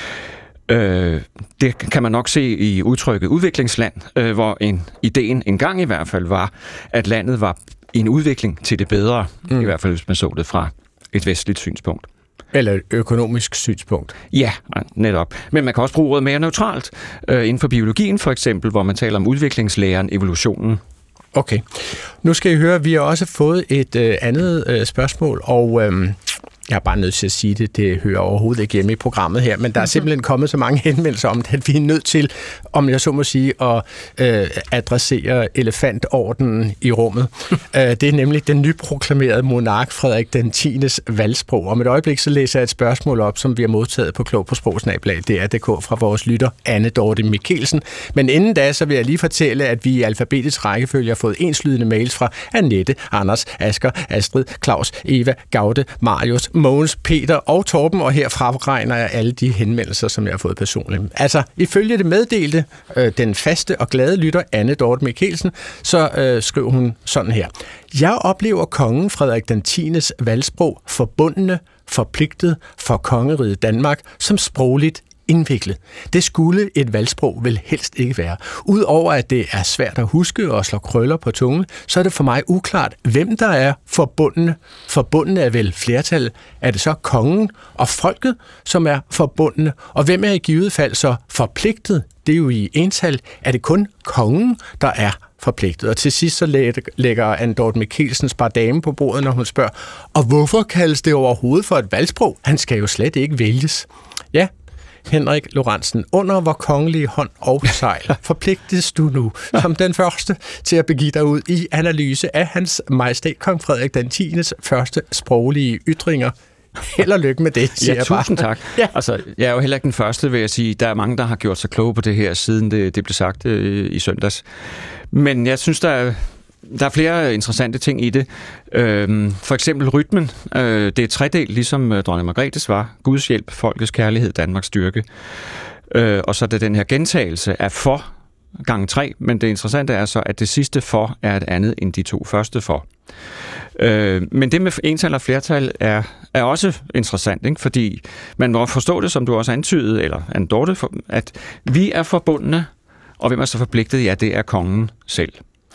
Øh, det kan man nok se i udtrykket udviklingsland, øh, hvor en ideen engang i hvert fald var, at landet var i en udvikling til det bedre, mm. i hvert fald hvis man så det fra et vestligt synspunkt. Eller et økonomisk synspunkt. Ja, netop. Men man kan også bruge ordet mere neutralt, øh, inden for biologien for eksempel, hvor man taler om udviklingslæren, evolutionen. Okay. Nu skal I høre, at vi har også fået et øh, andet øh, spørgsmål, og øh, jeg er bare nødt til at sige det, det hører overhovedet ikke hjemme i programmet her, men der er simpelthen kommet så mange henvendelser om det, at vi er nødt til, om jeg så må sige, at øh, adressere elefantordenen i rummet. øh, det er nemlig den nyproklamerede monark Frederik den tiendes valgsprog. Om et øjeblik så læser jeg et spørgsmål op, som vi har modtaget på klog på sprog snabel-a d r punktum d k fra vores lytter Anne Dorte Mikkelsen. Men inden da, så vil jeg lige fortælle, at vi i alfabetisk rækkefølge har fået enslydende mails fra Annette, Anders, Asger, Astrid, Claus, Eva, Gaude, Marius, Mogens, Peter og Torben, og herfra regner jeg alle de henvendelser, som jeg har fået personligt. Altså, ifølge det meddelte øh, den faste og glade lytter Anne Dorte Mikkelsen, så øh, skriver hun sådan her. Jeg oplever kongen Frederik den tiendes valgsprog forbundne, forpligtet for kongeriget Danmark som sprogligt indviklet. Det skulle et valgsprog vel helst ikke være. Udover at det er svært at huske og slå krøller på tungen, så er det for mig uklart, hvem der er forbundne. Forbundne er vel flertal. Er det så kongen og folket, som er forbundne? Og hvem er i givet fald så forpligtet? Det er jo i ental. Er det kun kongen, der er forpligtet? Og til sidst så lægger Anne Dorte Mikkelsens bare dame på bordet, når hun spørger, og hvorfor kaldes det overhovedet for et valgsprog? Han skal jo slet ikke vælges. Ja, Henrik Lorentzen, under hvor kongelige hånd og sejl forpligtes du nu som den første til at begive dig ud i analyse af hans majestæt kong Frederik den tiendes første sproglige ytringer. Held og lykke med det, siger ja, jeg bare. Tusind tak. Ja. Altså, jeg er jo heller ikke den første, vil jeg sige. Der er mange, der har gjort sig kloge på det her, siden det, det blev sagt øh, i søndags. Men jeg synes, der er Der er flere interessante ting i det. Øhm, for eksempel rytmen. Øh, det er tredelt, ligesom dronning Margrethes var. Guds hjælp, folkets kærlighed, Danmarks styrke. Øh, og så er det den her gentagelse af for gange tre. Men det interessante er så, at det sidste for er et andet end de to første for. Øh, men det med ental og flertal er, er også interessant, ikke? Fordi man må forstå det, som du også antydede, eller Anne Dorte, at vi er forbundne, og hvem er så forpligtet? Ja, det er kongen selv.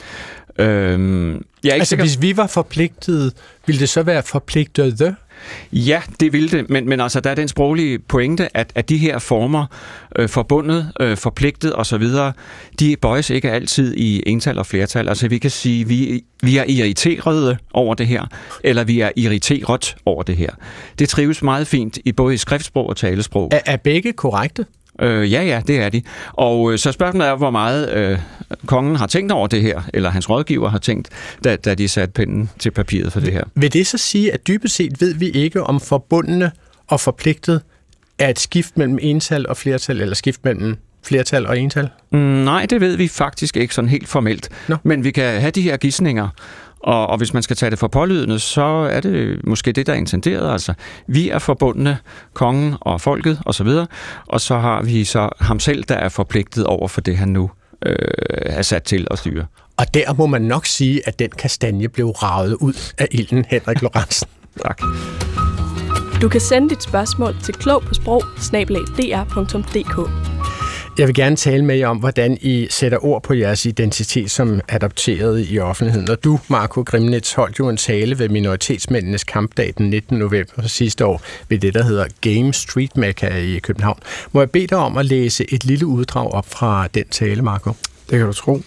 Øhm, jeg er ikke altså, sikker... hvis vi var forpligtet, ville det så være forpligtede? Ja, det ville det, men, men altså, der er den sproglige pointe, at, at de her former, øh, forbundet, øh, forpligtet osv., de bøjes ikke altid i ental og flertal. Altså, vi kan sige, vi, vi er irriterede over det her, eller vi er irriteret over det her. Det trives meget fint i både i skriftsprog og talesprog. Er, er begge korrekte? Øh, ja, ja, det er de. Og øh, så spørgsmålet er, hvor meget øh, kongen har tænkt over det her, eller hans rådgiver har tænkt, da, da de satte pinden til papiret for det her. Vil det så sige, at dybest set ved vi ikke, om forbundne og forpligtet er et skift mellem ental og flertal, eller skift mellem flertal og ental? Mm, nej, det ved vi faktisk ikke sådan helt formelt. Nå. Men vi kan have de her gidsninger, og, og hvis man skal tage det for pålydende, så er det måske det, der er intenderet. Altså, vi er forbundne, kongen og folket osv., og, og så har vi så ham selv, der er forpligtet over for det, han nu øh, er sat til at styre. Og der må man nok sige, at den kastanje blev raget ud af ilden, Henrik Lorentzen. Tak. Du kan sende dit spørgsmål til klog på sprog snabel-a d r punktum d k. Jeg vil gerne tale med jer om, hvordan I sætter ord på jeres identitet som adopteret i offentligheden. Og du, Marco Grimnitz, holdt jo en tale ved minoritetsmændenes kampdag den nittende november sidste år ved det, der hedder Game Street Mecca i København. Må jeg bede dig om at læse et lille uddrag op fra den tale, Marco? Det kan du tro.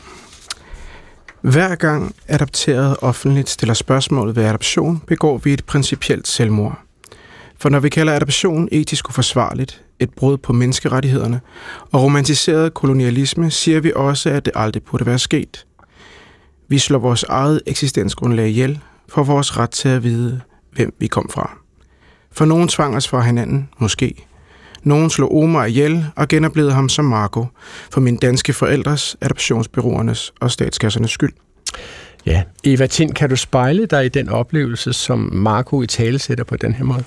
Hver gang adopteret offentligt stiller spørgsmål ved adoption, begår vi et principielt selvmord. For når vi kalder adoption etisk uforsvarligt, et brud på menneskerettighederne og romantiseret kolonialisme, siger vi også, at det aldrig burde være sket. Vi slår vores eget eksistensgrundlag ihjel for vores ret til at vide, hvem vi kom fra. For nogen tvang os fra hinanden, måske. Nogen slog Omar ihjel og genoplevede ham som Marco, for mine danske forældres, adoptionsbureauernes og statskassernes skyld. Ja, Eva Tind, kan du spejle dig i den oplevelse, som Marco i tale sætter på den her måde?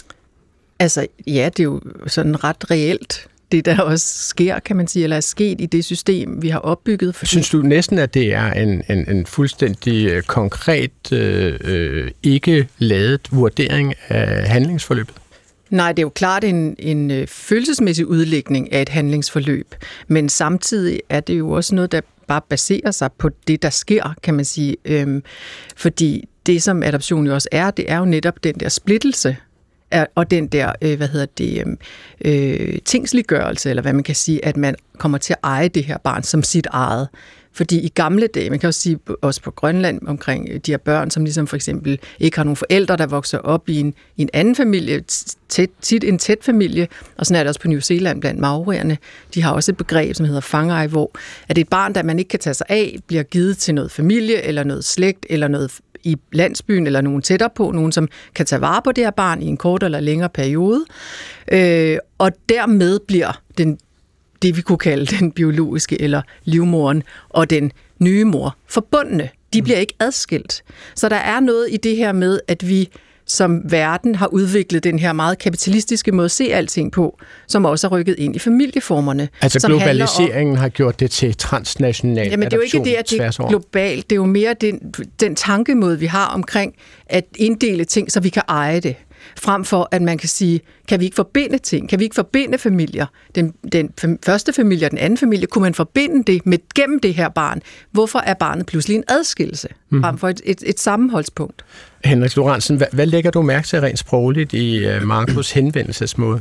Altså, ja, det er jo sådan ret reelt, det der også sker, kan man sige, eller er sket i det system, vi har opbygget. Fordi... Synes du næsten, at det er en, en, en fuldstændig konkret, øh, ikke ladet vurdering af handlingsforløbet? Nej, det er jo klart en, en følelsesmæssig udlægning af et handlingsforløb, men samtidig er det jo også noget, der bare baserer sig på det, der sker, kan man sige. Øhm, fordi det, som adoption jo også er, det er jo netop den der splittelse, og den der, øh, hvad hedder det, øh, tingsliggørelse, eller hvad man kan sige, at man kommer til at eje det her barn som sit eget. Fordi i gamle dage, man kan også sige også på Grønland omkring de her børn, som ligesom for eksempel ikke har nogen forældre, der vokser op i en, i en anden familie, tæt, tit en tæt familie, og sådan er det også på New Zealand blandt maorierne. De har også et begreb, som hedder fangai, hvor at et barn, der man ikke kan tage sig af, bliver givet til noget familie, eller noget slægt, eller noget i landsbyen, eller nogen tættere på, nogen som kan tage vare på det her barn i en kort eller længere periode. Øh, og dermed bliver den det vi kunne kalde den biologiske eller livmoren og den nye mor forbundne. De bliver ikke adskilt. Så der er noget i det her med, at vi som verden har udviklet den her meget kapitalistiske måde at se alting på, som også er rykket ind i familieformerne. Altså globaliseringen om, har gjort det til transnational jamen, adoption. Det er jo ikke det, at det er globalt. Det er jo mere den, den tankemåde, vi har omkring at inddele ting, så vi kan eje det. Frem for, at man kan sige, kan vi ikke forbinde ting? Kan vi ikke forbinde familier? Den, den første familie og den anden familie, kunne man forbinde det med gennem det her barn? Hvorfor er barnet pludselig en adskillelse? Mm. Frem for et, et, et sammenholdspunkt. Henrik Lorentzen, hvad, hvad lægger du mærke til rent sprogligt i uh, Marcos henvendelsesmåde?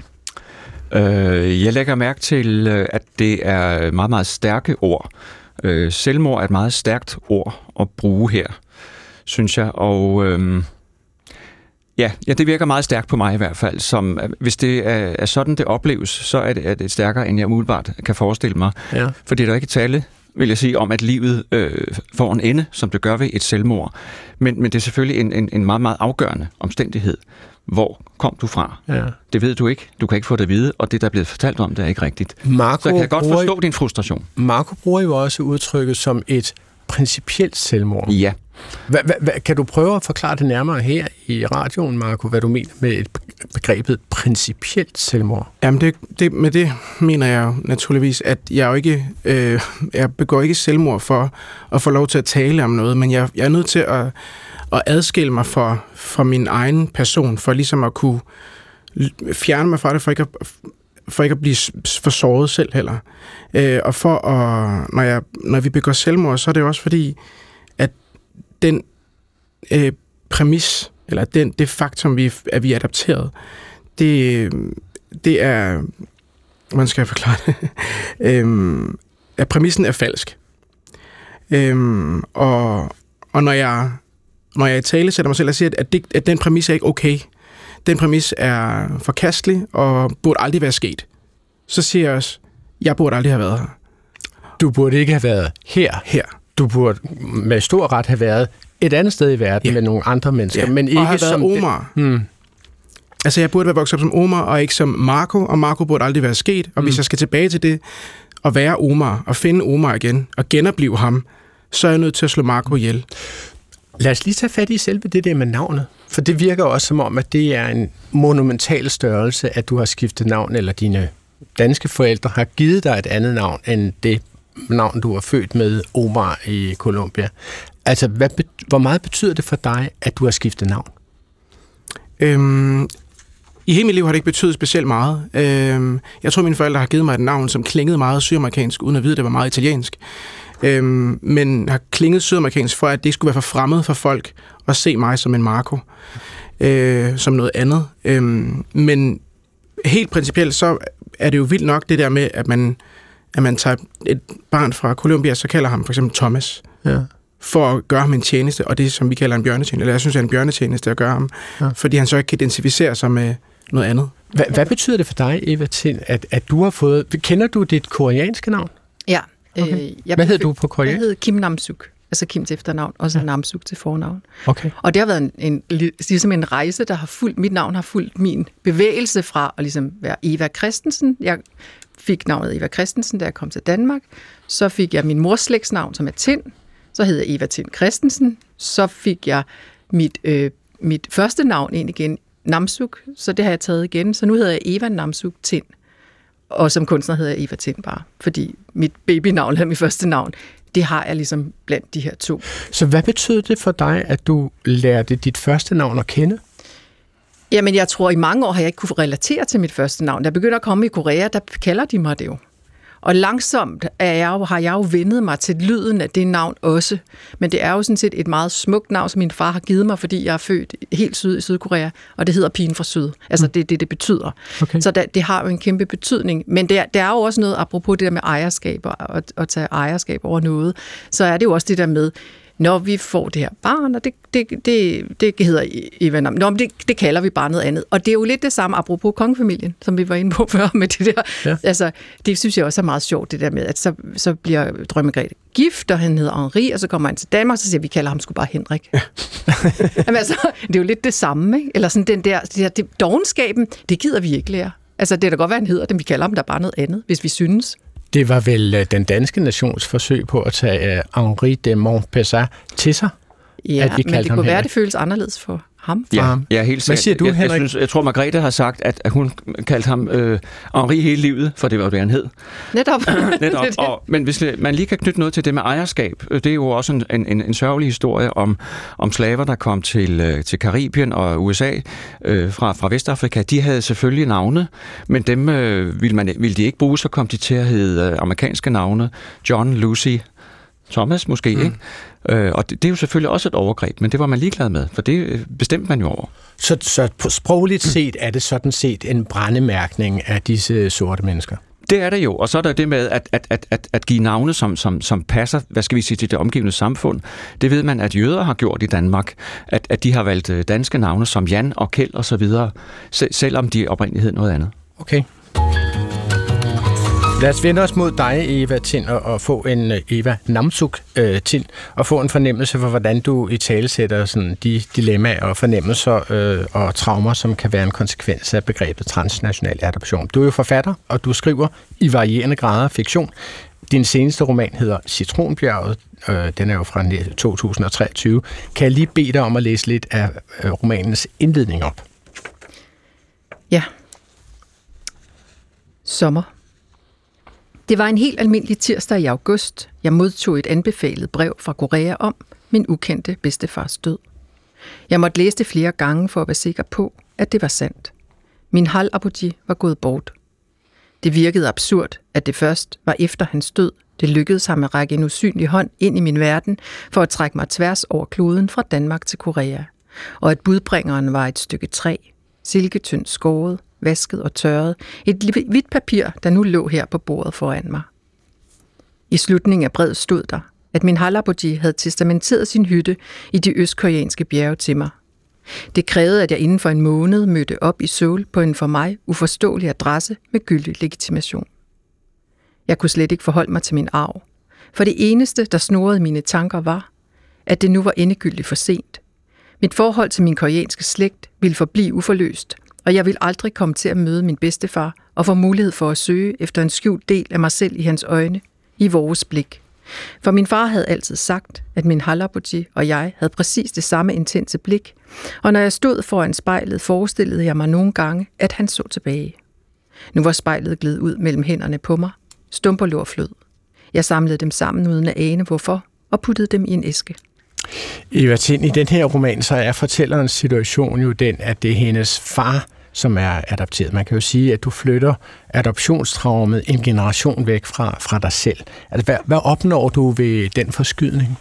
Øh, jeg lægger mærke til, at det er meget, meget stærke ord. Øh, selvmord er et meget stærkt ord at bruge her, synes jeg, og... Øh, Ja, ja, det virker meget stærkt på mig i hvert fald. Som, hvis det er, er sådan, det opleves, så er det, er det stærkere, end jeg umiddelbart kan forestille mig. Ja. For det er der ikke tale, vil jeg sige, om at livet øh, får en ende, som det gør ved et selvmord. Men, men det er selvfølgelig en, en, en meget, meget afgørende omstændighed. Hvor kom du fra? Ja. Det ved du ikke. Du kan ikke få det at vide, og det, der er blevet fortalt om, det er ikke rigtigt. Marco så jeg kan godt bruger, forstå din frustration. Marco bruger jo også udtrykket som et principielt selvmord. Ja. Hva, hva, hva, kan du prøve at forklare det nærmere her i radioen, Marco, hvad du mener med et begrebet principielt selvmord? Jamen, det, det, med det mener jeg jo naturligvis, at jeg jo ikke øh, jeg begår ikke selvmord for at få lov til at tale om noget, men jeg, jeg er nødt til at, at adskille mig fra, fra min egen person, for ligesom at kunne fjerne mig fra det, for ikke at, for ikke at blive for såret selv heller. Øh, og for at, når, jeg, når vi begår selvmord, så er det også fordi, at den øh, præmis, eller den, det faktum, vi, at vi er adopteret, det, det er, hvordan skal jeg forklare det, øhm, at præmissen er falsk. Øhm, og, og når jeg, når jeg i tale sætter mig selv og siger, at, det, at den præmis er ikke okay, den præmis er forkastelig og burde aldrig være sket. så siger jeg også, jeg burde aldrig have været her. Du burde ikke have været her. Her. Du burde med stor ret have været et andet sted i verden ja. med nogle andre mennesker, ja. men ikke og have som været Omar. Det. Hmm. Altså, jeg burde være vokset op som Omar, og ikke som Marco, og Marco burde aldrig være sket. Og hmm. hvis jeg skal tilbage til det, at være Omar, og finde Omar igen, og genopleve ham, så er jeg nødt til at slå Marco ihjel. Lad os lige tage fat i selve det der med navnet, for det virker også som om, at det er en monumental størrelse, at du har skiftet navn, eller dine danske forældre har givet dig et andet navn, end det navn, du var født med, Omar i Colombia. Altså, hvad, hvor meget betyder det for dig, at du har skiftet navn? Øhm, I hele mit liv har det ikke betydet specielt meget. Øhm, jeg tror, mine forældre har givet mig et navn, som klingede meget sydamerikansk, uden at vide, at det var meget italiensk. Øhm, men har klinget sydamerikansk for, at det skulle være for fremmed for folk at se mig som en Marco, øh, som noget andet. Øhm, men helt principielt, så er det jo vildt nok det der med, at man, at man tager et barn fra Colombia, så kalder ham for eksempel Thomas, ja. for at gøre ham en tjeneste, og det som vi kalder en bjørnetjeneste, eller jeg synes, det er en bjørnetjeneste at gøre ham, ja. fordi han så ikke kan identificere sig med noget andet. Hvad, hvad betyder det for dig, Eva Tind, at, at du har fået... Kender du dit koreanske navn? Ja. Okay. Øh, jeg Hvad hedder du på koreansk? Jeg hedder Kim Namsuk, altså Kim til efternavn, og så ja. Namsuk til fornavn. Okay. Og det har været en, en, ligesom en rejse, der har fulgt, mit navn har fulgt min bevægelse fra at ligesom være Eva Christensen. Jeg fik navnet Eva Christensen, da jeg kom til Danmark. Så fik jeg min mors slægtsnavn, som er Tind. Så hed jeg Eva Tind Christensen. Så fik jeg mit, øh, mit første navn ind igen, Namsuk, så det har jeg taget igen. Så nu hedder jeg Eva Namsuk Tind. Og som kunstner hedder jeg Eva Tind bare, fordi mit babynavn, eller mit første navn, det har jeg ligesom blandt de her to. Så hvad betød det for dig, at du lærte dit første navn at kende? Jamen, jeg tror, i mange år har jeg ikke kunne relatere til mit første navn. Da jeg begynder at komme i Korea, der kalder de mig det jo. Og langsomt er jeg jo, har jeg jo vendet mig til lyden af det navn også. Men det er jo sådan set et meget smukt navn, som min far har givet mig, fordi jeg er født helt syd i Sydkorea, og det hedder Pigen fra Syd. Altså det er det, det betyder. Okay. Så det, det har jo en kæmpe betydning. Men det er, det er jo også noget, apropos det der med ejerskab og at, at tage ejerskab over noget, så er det jo også det der med, når vi får det her barn, og det, det, det, det hedder Eva Nam. Nå, men det, det kalder vi bare noget andet. Og det er jo lidt det samme, apropos kongefamilien, som vi var inde på før med det der. Ja. Altså, det synes jeg også er meget sjovt, det der med, at så, så bliver Dronning Margrethe gift, og han hedder Henri, og så kommer han til Danmark, så siger vi, vi kalder ham sgu bare Henrik. Ja. Jamen, altså, det er jo lidt det samme, ikke? Eller sådan den der, det der det, dovenskaben, det gider vi ikke lære. Altså, det er da godt, hvad han hedder, men vi kalder ham da bare noget andet, hvis vi synes. Det var vel den danske nations forsøg på at tage uh, Henri de Montpezat til sig? Ja, at vi men det kunne være, at det føles anderledes for ham. Ja, ham. ja, helt sikkert. Hvad siger du, jeg, Henrik? Jeg, synes, jeg tror, Margrethe har sagt, at, at hun kaldte ham øh, Henri hele livet, for det var det, han hed. Netop. Netop. Og, men hvis man lige kan knytte noget til det med ejerskab, det er jo også en, en, en sørgelig historie om, om slaver, der kom til, til Karibien og U S A øh, fra, fra Vestafrika. De havde selvfølgelig navne, men dem øh, ville, man, ville de ikke bruge, så kom de til at hedde øh, amerikanske navne. John, Lucy, Thomas måske, mm. ikke? Øh, og det, det er jo selvfølgelig også et overgreb, men det var man ligeglad med, for det bestemte man jo over. Så, så på sprogligt set er det sådan set en brændemærkning af disse sorte mennesker? Det er det jo, og så er der det med at, at, at, at, at give navne, som, som, som passer, hvad skal vi sige, til det omgivende samfund. Det ved man, at jøder har gjort i Danmark, at, at de har valgt danske navne som Jan og Kjeld og så videre, se, selvom de oprindeligt hed noget andet. Okay. Lad os vende os mod dig, Eva Tind, og få en Eva Namsuk øh, Tind, og få en fornemmelse for, hvordan du i tale sætter sådan de dilemmaer og fornemmelser øh, og traumer, som kan være en konsekvens af begrebet transnational adoption. Du er jo forfatter, og du skriver i varierende grader fiktion. Din seneste roman hedder Citronbjerget. Øh, den er jo fra to tusind og treogtyve. Kan jeg lige bede dig om at læse lidt af øh, romanens indledning op? Ja. Sommer. Det var en helt almindelig tirsdag i august. Jeg modtog et anbefalet brev fra Korea om min ukendte bedstefars død. Jeg måtte læse det flere gange for at være sikker på, at det var sandt. Min hal-abuji var gået bort. Det virkede absurd, at det først var efter hans død, det lykkedes ham at række en usynlig hånd ind i min verden for at trække mig tværs over kloden fra Danmark til Korea. Og at budbringeren var et stykke træ, silketyndt skåret, vasket og tørret, et hvidt papir, der nu lå her på bordet foran mig. I slutningen af brevet stod der, at min halabuji havde testamenteret sin hytte i de østkoreanske bjerge til mig. Det krævede, at jeg inden for en måned mødte op i Seoul på en for mig uforståelig adresse med gyldig legitimation. Jeg kunne slet ikke forholde mig til min arv, for det eneste, der snurrede mine tanker, var, at det nu var endegyldigt for sent. Mit forhold til min koreanske slægt ville forblive uforløst, og jeg ville aldrig komme til at møde min bedstefar og få mulighed for at søge efter en skjult del af mig selv i hans øjne, i vores blik. For min far havde altid sagt, at min halabuji og jeg havde præcis det samme intense blik, og når jeg stod foran spejlet, forestillede jeg mig nogle gange, at han så tilbage. Nu var spejlet glidet ud mellem hænderne på mig. Stumper lå og flød. Jeg samlede dem sammen uden at ane hvorfor, og puttede dem i en æske. Eva Tind, i den her roman, så er fortællerens situation jo den, at det er hendes far, som er adopteret. Man kan jo sige, at du flytter adoptionstraumet en generation væk fra, fra dig selv. Altså, hvad, hvad opnår du ved den forskydning?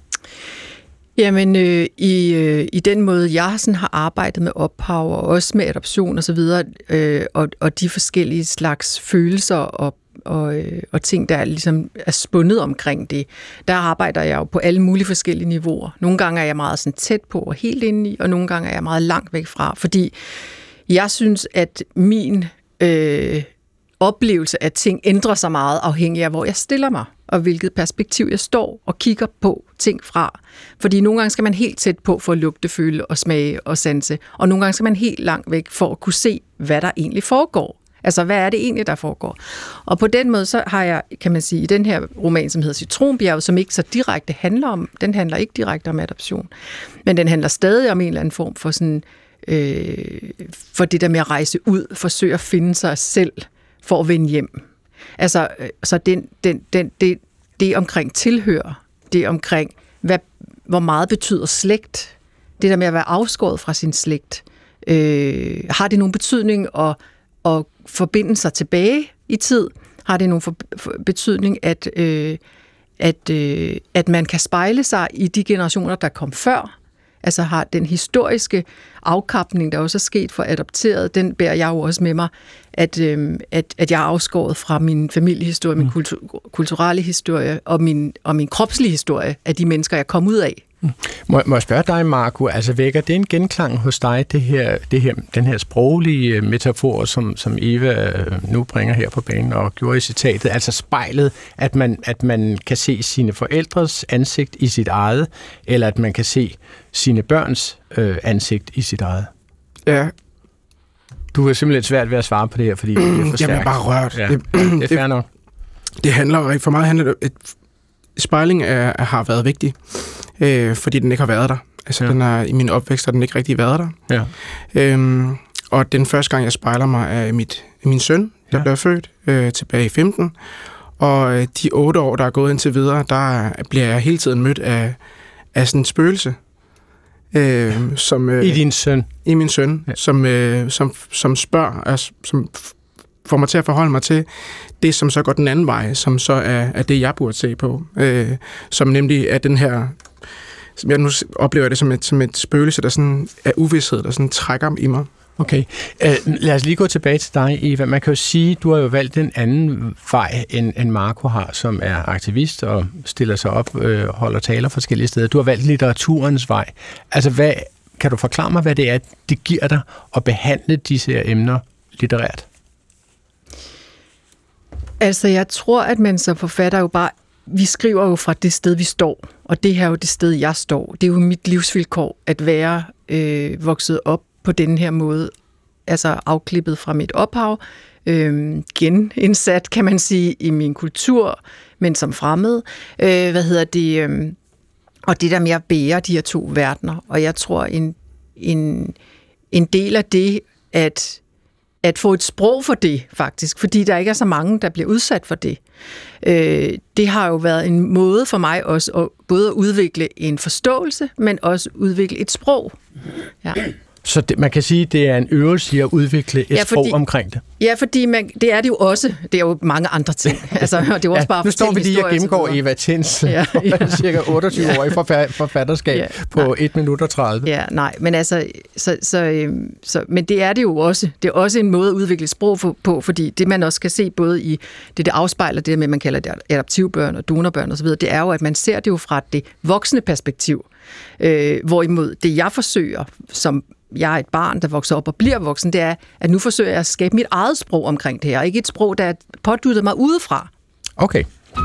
Jamen, øh, i, øh, i den måde, jeg sådan har arbejdet med ophav, og også med adoption og så videre, øh, og, og de forskellige slags følelser og, og, øh, og ting, der ligesom er spundet omkring det, der arbejder jeg jo på alle mulige forskellige niveauer. Nogle gange er jeg meget sådan tæt på og helt inde i, og nogle gange er jeg meget langt væk fra, fordi jeg synes, at min øh, oplevelse af ting ændrer sig meget afhængig af, hvor jeg stiller mig, og hvilket perspektiv jeg står og kigger på ting fra. Fordi nogle gange skal man helt tæt på for at lugte, føle og smage og sanse, og nogle gange skal man helt langt væk for at kunne se, hvad der egentlig foregår. Altså, hvad er det egentlig, der foregår? Og på den måde, så har jeg, kan man sige, i den her roman, som hedder Citronbjerget, som ikke så direkte handler om, den handler ikke direkte om adoption, men den handler stadig om en eller anden form for sådan, øh, for det der med at rejse ud, forsøge at finde sig selv for at vende hjem. Altså, så den, den, den, det, det omkring tilhør, det omkring, hvad, hvor meget betyder slægt, det der med at være afskåret fra sin slægt, øh, har det nogen betydning at, at forbinde sig tilbage i tid? Har det nogen for, for, betydning, at, øh, at, øh, at man kan spejle sig i de generationer, der kom før? Altså har den historiske afkapning, der også er sket for adopteret, den bærer jeg jo også med mig, at, øh, at, at jeg er afskåret fra min familiehistorie, min kultur, kulturelle historie og min, og min kropslige historie af de mennesker, jeg kom ud af. Mm. Må, må jeg spørge dig, Marco, altså vækker det en genklang hos dig, det her, det her, den her sproglige metafor, som, som Eva nu bringer her på banen og gjorde i citatet, altså spejlet, at man, at man kan se sine forældres ansigt i sit eget, eller at man kan se sine børns øh, ansigt i sit eget? Ja. Du er simpelthen svært ved at svare på det her, fordi det er for stærkt. Jeg er bare rørt. Ja, det, det er fair nok. Det handler, for mig handler det, et, spejling er, har været vigtig, øh, fordi den ikke har været der. Altså, ja. den er, i min opvækst har den ikke rigtig været der. Ja. Øhm, og den første gang, jeg spejler mig, er mit, min søn, der ja. blev født øh, tilbage i femten. Og de otte år, der er gået indtil videre, der bliver jeg hele tiden mødt af, af sådan en spøgelse. Øh, som, øh, I din søn? I min søn, ja. som, øh, som, som spørger, altså, som får mig til at forholde mig til det, som så går den anden vej, som så er, er det, jeg burde se på. Øh, som nemlig er den her, som jeg nu oplever det som et, som et spøgelse, der sådan er uvidshed, der sådan trækker i mig. Okay. Uh, lad os lige gå tilbage til dig, Eva. Man kan jo sige, at du har jo valgt den anden vej, end, end Marco har, som er aktivist og stiller sig op og øh, holder taler forskellige steder. Du har valgt litteraturens vej. Altså, hvad, kan du forklare mig, hvad det er, det giver dig at behandle disse her emner litterært? Altså, jeg tror, at man som forfatter jo bare, vi skriver jo fra det sted, vi står, og det her er jo det sted, jeg står. Det er jo mit livsvilkår at være øh, vokset op på den her måde, altså afklippet fra mit ophav, øh, genindsat, kan man sige, i min kultur, men som fremmed. Øh, hvad hedder det? Øh, og det der med at bære de her to verdener, og jeg tror, en, en, en del af det, at at få et sprog for det, faktisk, fordi der ikke er så mange, der bliver udsat for det. Øh, det har jo været en måde for mig også at både at udvikle en forståelse, men også udvikle et sprog. Ja. Så det, man kan sige, at det er en øvelse i at udvikle et ja, fordi, sprog omkring det. Ja, fordi man, det er det jo også. Det er jo mange andre ting. Altså, det er jo også ja, bare nu står vi lige og gennemgår Eva Tins ja, ja. cirka otteogtyve år i forfatterskab ja, på nej. et minut og tredive. Ja, nej, men altså, så, så, så, men det er det jo også. Det er også en måde at udvikle sprog på, fordi det man også kan se både i det, det afspejler det med, man kalder det adoptivbørn og donorbørn osv., det er jo, at man ser det jo fra det voksne perspektiv. Øh, hvorimod det, jeg forsøger, som jeg er et barn, der vokser op og bliver voksen, det er, at nu forsøger jeg at skabe mit eget sprog omkring det her, ikke et sprog, der er påduttet mig udefra. Okay.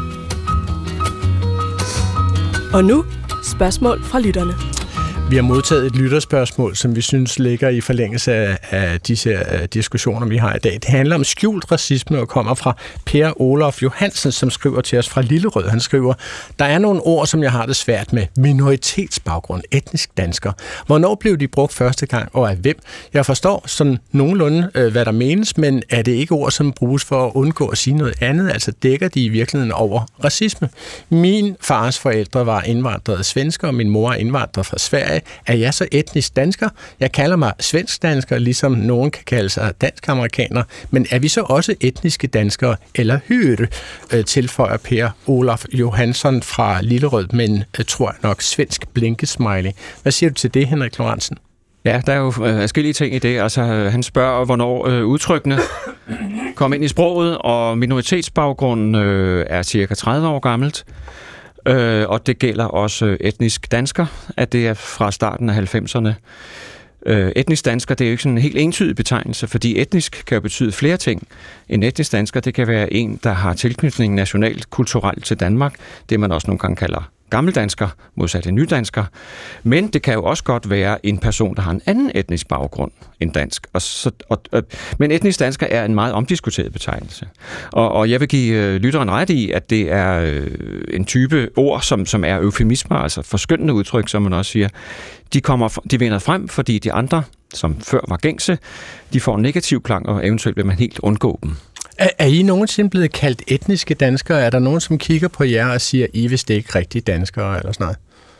Og nu spørgsmål fra lytterne. Vi har modtaget et lytterspørgsmål, som vi synes ligger i forlængelse af, af disse af diskussioner, vi har i dag. Det handler om skjult racisme og kommer fra Per Olof Johansen, som skriver til os fra Lillerød. Han skriver, der er nogle ord, som jeg har det svært med. Minoritetsbaggrund, etnisk dansker. Hvornår blev de brugt første gang, og af hvem? Jeg forstår sådan nogenlunde, hvad der menes, men er det ikke ord, som bruges for at undgå at sige noget andet? Altså dækker de i virkeligheden over racisme? Min fars forældre var indvandrede svensker, og min mor er indvandret fra Sverige. Er jeg så etnisk dansker? Jeg kalder mig svensk dansker, ligesom nogen kan kalde sig dansk-amerikaner. Men er vi så også etniske danskere eller hyre, tilføjer Per Olof Johansson fra Lillerød, men tror jeg nok svensk blinkesmiley. Hvad siger du til det, Henrik Lorentzen? Ja, der er jo forskellige ting i det. Altså, han spørger, hvornår øh, udtrykkene kom ind i sproget, og minoritetsbaggrunden øh, er cirka tredive år gammelt. Øh, og det gælder også etnisk dansker, at det er fra starten af halvfemserne. Øh, etnisk dansker, det er jo ikke sådan en helt entydig betegnelse, fordi etnisk kan jo betyde flere ting. En etnisk dansker, det kan være en, der har tilknytning nationalt, kulturelt til Danmark, det man også nogle gange kalder gammeldansker, modsat en nydansker. Men det kan jo også godt være en person, der har en anden etnisk baggrund end dansk. Og så, og, og, men etnisk dansker er en meget omdiskuteret betegnelse. Og, og jeg vil give øh, lytteren ret i, at det er øh, en type ord, som, som er eufemismer, altså forskyndende udtryk, som man også siger. De, kommer, de vinder frem, fordi de andre, som før var gængse, de får en negativ klang, og eventuelt vil man helt undgå dem. Er, er I nogensinde blevet kaldt etniske danskere? Er der nogen, som kigger på jer og siger, I er vist ikke rigtige danskere, eller sådan noget?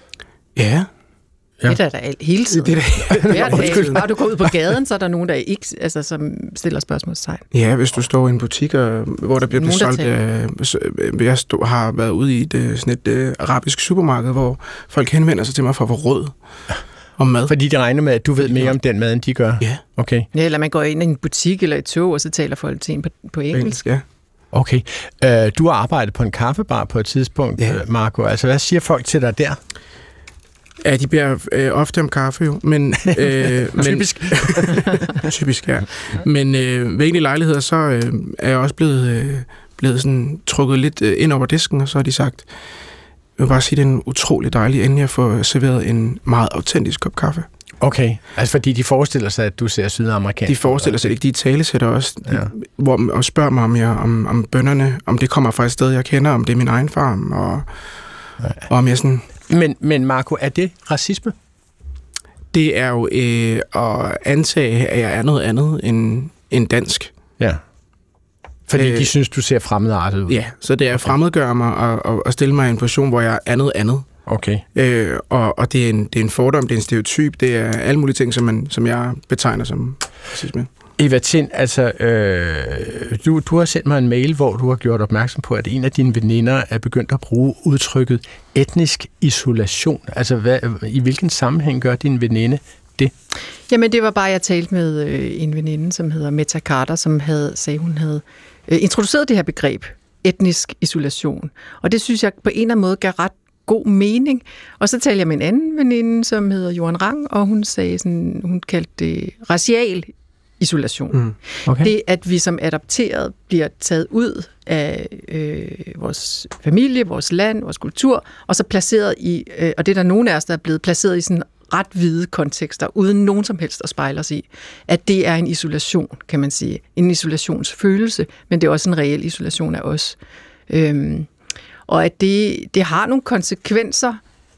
Ja. Ja. Det er der hele tiden. Det er der. Hver dag, bare du går ud på gaden, så er der nogen, der ikke, altså, som stiller spørgsmålstegn. Ja, hvis du står i en butik, hvor der bliver nogen, solgt... Øh, jeg stod, har været ude i et, sådan et øh, arabisk supermarked, hvor folk henvender sig til mig for at få råd om mad. Fordi de regner med, at du ved mere om den mad, end de gør? Ja. Okay. Ja, eller man går ind i en butik eller et tog, og så taler folk til en på, på engelsk. Ja. Okay. Uh, du har arbejdet på en kaffebar på et tidspunkt, ja. Marco. Altså, hvad siger folk til dig der? Ja, de beder øh, ofte om kaffe jo, men... Øh, typisk. Men, typisk, ja. Men øh, ved egentlig lejligheder, så øh, er jeg også blevet, øh, blevet sådan, trukket lidt øh, ind over disken, og så har de sagt, jeg vil bare sige, det er en utrolig dejlig, endelig at få serveret en meget autentisk kop kaffe. Okay, altså fordi de forestiller sig, at du ser sydamerikansk. De forestiller sig ikke, de talesætter også, ja. hvor, og spørger mig om, jeg, om, om bønnerne, om det kommer fra et sted, jeg kender, om det er min egen farm, og, ja. og om jeg sådan... Men, men Marco, er det racisme? Det er jo øh, at antage, at jeg er noget andet end, end dansk. Ja. Fordi øh, de synes, du ser fremmedartet ud? Ja, så det er at fremmedgøre mig og, og, og stille mig i en position, hvor jeg er noget andet. Okay. Øh, og og det, er en, det er en fordom, det er en stereotyp, det er alle mulige ting, som, man, som jeg betegner som racisme. Eva Tind, altså, øh, du, du har sendt mig en mail, hvor du har gjort opmærksom på, at en af dine veninder er begyndt at bruge udtrykket etnisk isolation. Altså, hvad, i hvilken sammenhæng gør din veninde det? Jamen, det var bare, jeg talte med øh, en veninde, som hedder Meta Carter, som havde, sagde, hun havde øh, introduceret det her begreb, etnisk isolation. Og det synes jeg på en eller anden måde gav ret god mening. Og så talte jeg med en anden veninde, som hedder Johan Rang, og hun sagde sådan, hun kaldte det racial isolation. Mm. Okay. Det, at vi som adopteret bliver taget ud af øh, vores familie, vores land, vores kultur, og så placeret i, øh, og det er der nogen af os, der er blevet placeret i sådan ret hvide kontekster, uden nogen som helst at spejle os i, at det er en isolation, kan man sige. En isolationsfølelse, men det er også en reel isolation af os. Øhm, og at det, det har nogle konsekvenser,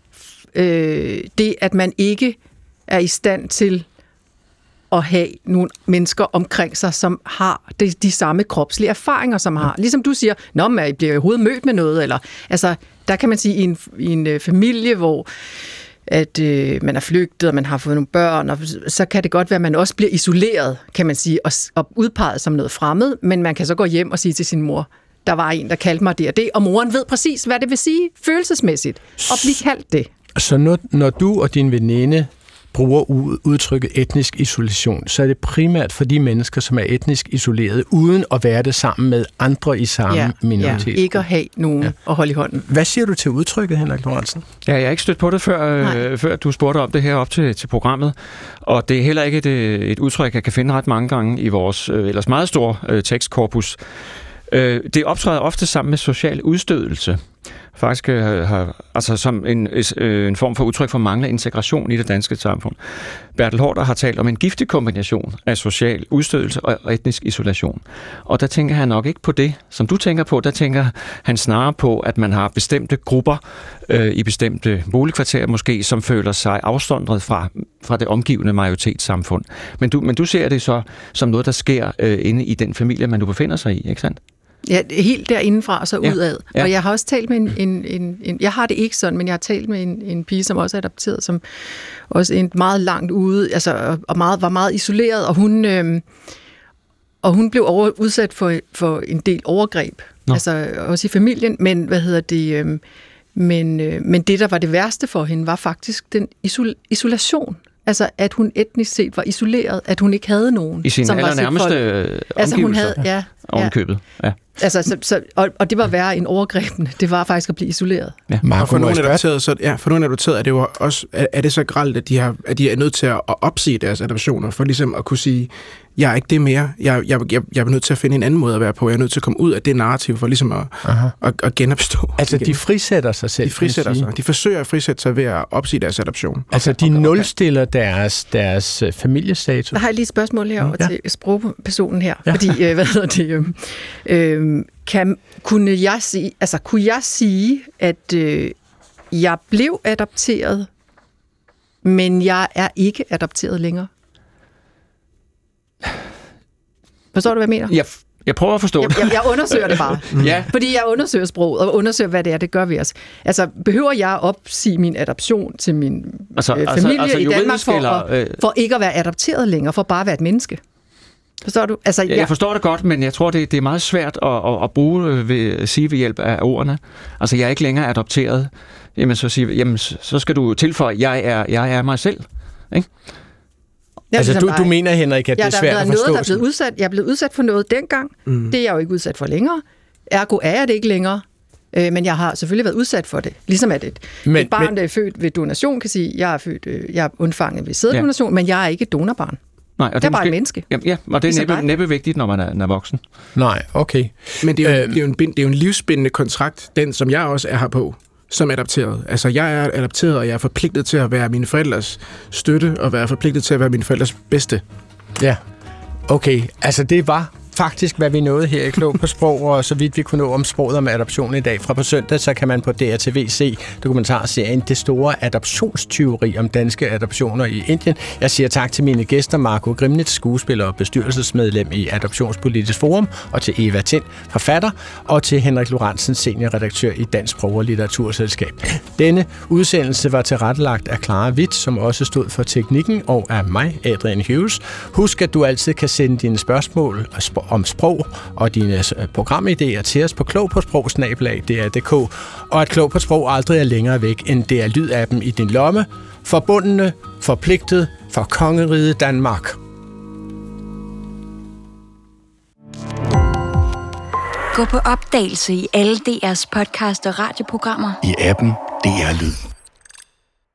øh, det at man ikke er i stand til at have nogle mennesker omkring sig, som har de, de samme kropslige erfaringer, som har. Ligesom du siger, nå, man bliver i hovedet mødt med noget, eller altså, der kan man sige, i en, i en familie, hvor at øh, man er flygtet, og man har fået nogle børn, og så kan det godt være, at man også bliver isoleret, kan man sige, og, og udpeget som noget fremmed, men man kan så gå hjem og sige til sin mor, der var en, der kaldte mig det og det, og moren ved præcis, hvad det vil sige følelsesmæssigt, at blive kaldt det. Så når, når du og din veninde bruger udtrykket etnisk isolation, så er det primært for de mennesker, som er etnisk isoleret, uden at være det sammen med andre i samme ja, minoritet. Ja, ikke at have nogen ja. at holde i hånden. Hvad siger du til udtrykket, Henrik Lorentzen? Ja, jeg har ikke stødt på det, før, øh, før du spurgte om det her op til, til programmet, og det er heller ikke et, et udtryk, jeg kan finde ret mange gange i vores øh, ellers meget store øh, tekstkorpus. Øh, det optræder ofte sammen med social udstødelse. Faktisk øh, har, altså som en, øh, en form for udtryk for manglende integration i det danske samfund. Bertel Haarder har talt om en giftig kombination af social udstødelse og etnisk isolation. Og der tænker han nok ikke på det, som du tænker på. Der tænker han snarere på, at man har bestemte grupper øh, i bestemte boligkvarterer måske, som føler sig afstondret fra, fra det omgivende majoritetssamfund. Men du, men du ser det så som noget, der sker øh, inde i den familie, man nu befinder sig i, ikke sandt? Ja, helt derindefra og så ja. udad. Ja. Og jeg har også talt med en, en, en, en... Jeg har det ikke sådan, men jeg har talt med en, en pige, som også er adopteret, som også er meget langt ude, altså, og meget, var meget isoleret, og hun, øh, og hun blev over, udsat for, for en del overgreb. Nå. Altså også i familien, men hvad hedder det... Øh, men, øh, men det, der var det værste for hende, var faktisk den isol, isolation. Altså, at hun etnisk set var isoleret, at hun ikke havde nogen. I sine allernærmeste omgivelser? Altså, hun havde, ja. Ovenkøbet, ja. Altså, så, så, og, og det var værre end overgrebene. Det var faktisk at blive isoleret. Ja. Og for nogle adopterede, så, ja, for nogle adopterede er det jo også, er, er det så grelt, at de, har, at de er nødt til at opsige deres adoptioner, for ligesom at kunne sige, jeg er ikke det mere. Jeg, jeg, jeg, jeg er nødt til at finde en anden måde at være på. Jeg er nødt til at komme ud af det narrativ, for ligesom at, at, at genopstå. Altså, igen. De frisætter sig selv. De frisætter sig. De forsøger at frisætte sig ved at opsige deres adoption. Altså, de nulstiller deres, deres familiestatus. Der har jeg lige et spørgsmål herovre ja. til sprogpersonen her. Ja. Fordi, øh, hvad hedder det... Øh, øh, kan, kunne, jeg sige, altså, kunne jeg sige, at øh, jeg blev adopteret, men jeg er ikke adopteret længere? Forstår du, hvad jeg mener? Jeg, jeg prøver at forstå jeg, det. Jeg, jeg undersøger det bare. ja. Fordi jeg undersøger sproget, og undersøger, hvad det er, det gør ved os. Altså, behøver jeg at opsige min adoption til min altså, øh, familie altså, altså, i Danmark for, eller, at, for ikke at være adopteret længere, for bare at være et menneske? Forstår du? Altså, jeg... jeg forstår det godt, men jeg tror, det, det er meget svært at, at, at bruge ved, sige ved hjælp af ordene. Altså, jeg er ikke længere adopteret. Jamen, så, sige, jamen, så skal du tilføje, jeg er, jeg er mig selv. Ikke? Ja, altså, du, du mener, Henrik, at ja, det er svært at forstå? Noget, der er blevet udsat. Jeg er blevet udsat for noget dengang. Mm. Det er jeg jo ikke udsat for længere. Ergo er jeg det ikke længere. Øh, men jeg har selvfølgelig været udsat for det. Ligesom at et, men, et barn, men... der er født ved donation, kan sige, jeg er, født, øh, jeg er undfanget ved sæddonation, ja. Men jeg er ikke et donorbarn. Nej, og det, det er bare måske, et menneske. Ja, ja, og det er næppe, næppe vigtigt, når man er, er voksen. Nej, okay. Men det er, jo, øh, det, er jo en, det er jo en livsbindende kontrakt, den som jeg også er her på, som adopteret. Altså, jeg er adopteret, og jeg er forpligtet til at være mine forældres støtte, og være forpligtet til at være mine forældres bedste. Ja, okay. Altså, det var faktisk, hvad vi nåede her i Klog på Sprog, og så vidt vi kunne nå om sproget om adoption i dag. Fra på søndag, så kan man på D R T V se dokumentarserien Det store adoptionstyveri om danske adoptioner i Indien. Jeg siger tak til mine gæster, Marco Grimnitz, skuespiller og bestyrelsesmedlem i Adoptionspolitisk Forum, og til Eva Tind, forfatter, og til Henrik Lorentzen, seniorredaktør i Dansk Sprog- og Litteraturselskab. Denne udsendelse var tilrettelagt af Clara Witt, som også stod for teknikken, og af mig, Adrian Hughes. Husk, at du altid kan sende dine spørgsmål og om sprog og dine programidéer til os på klog på sprog snabel-a d r punktum d k, og at Klog på Sprog aldrig er længere væk end det er lydappen i din lomme. Forbundne, forpligtet for kongeriget Danmark. Gå på opdagelse i alle D R's podcast og radioprogrammer. I appen D R Lyd.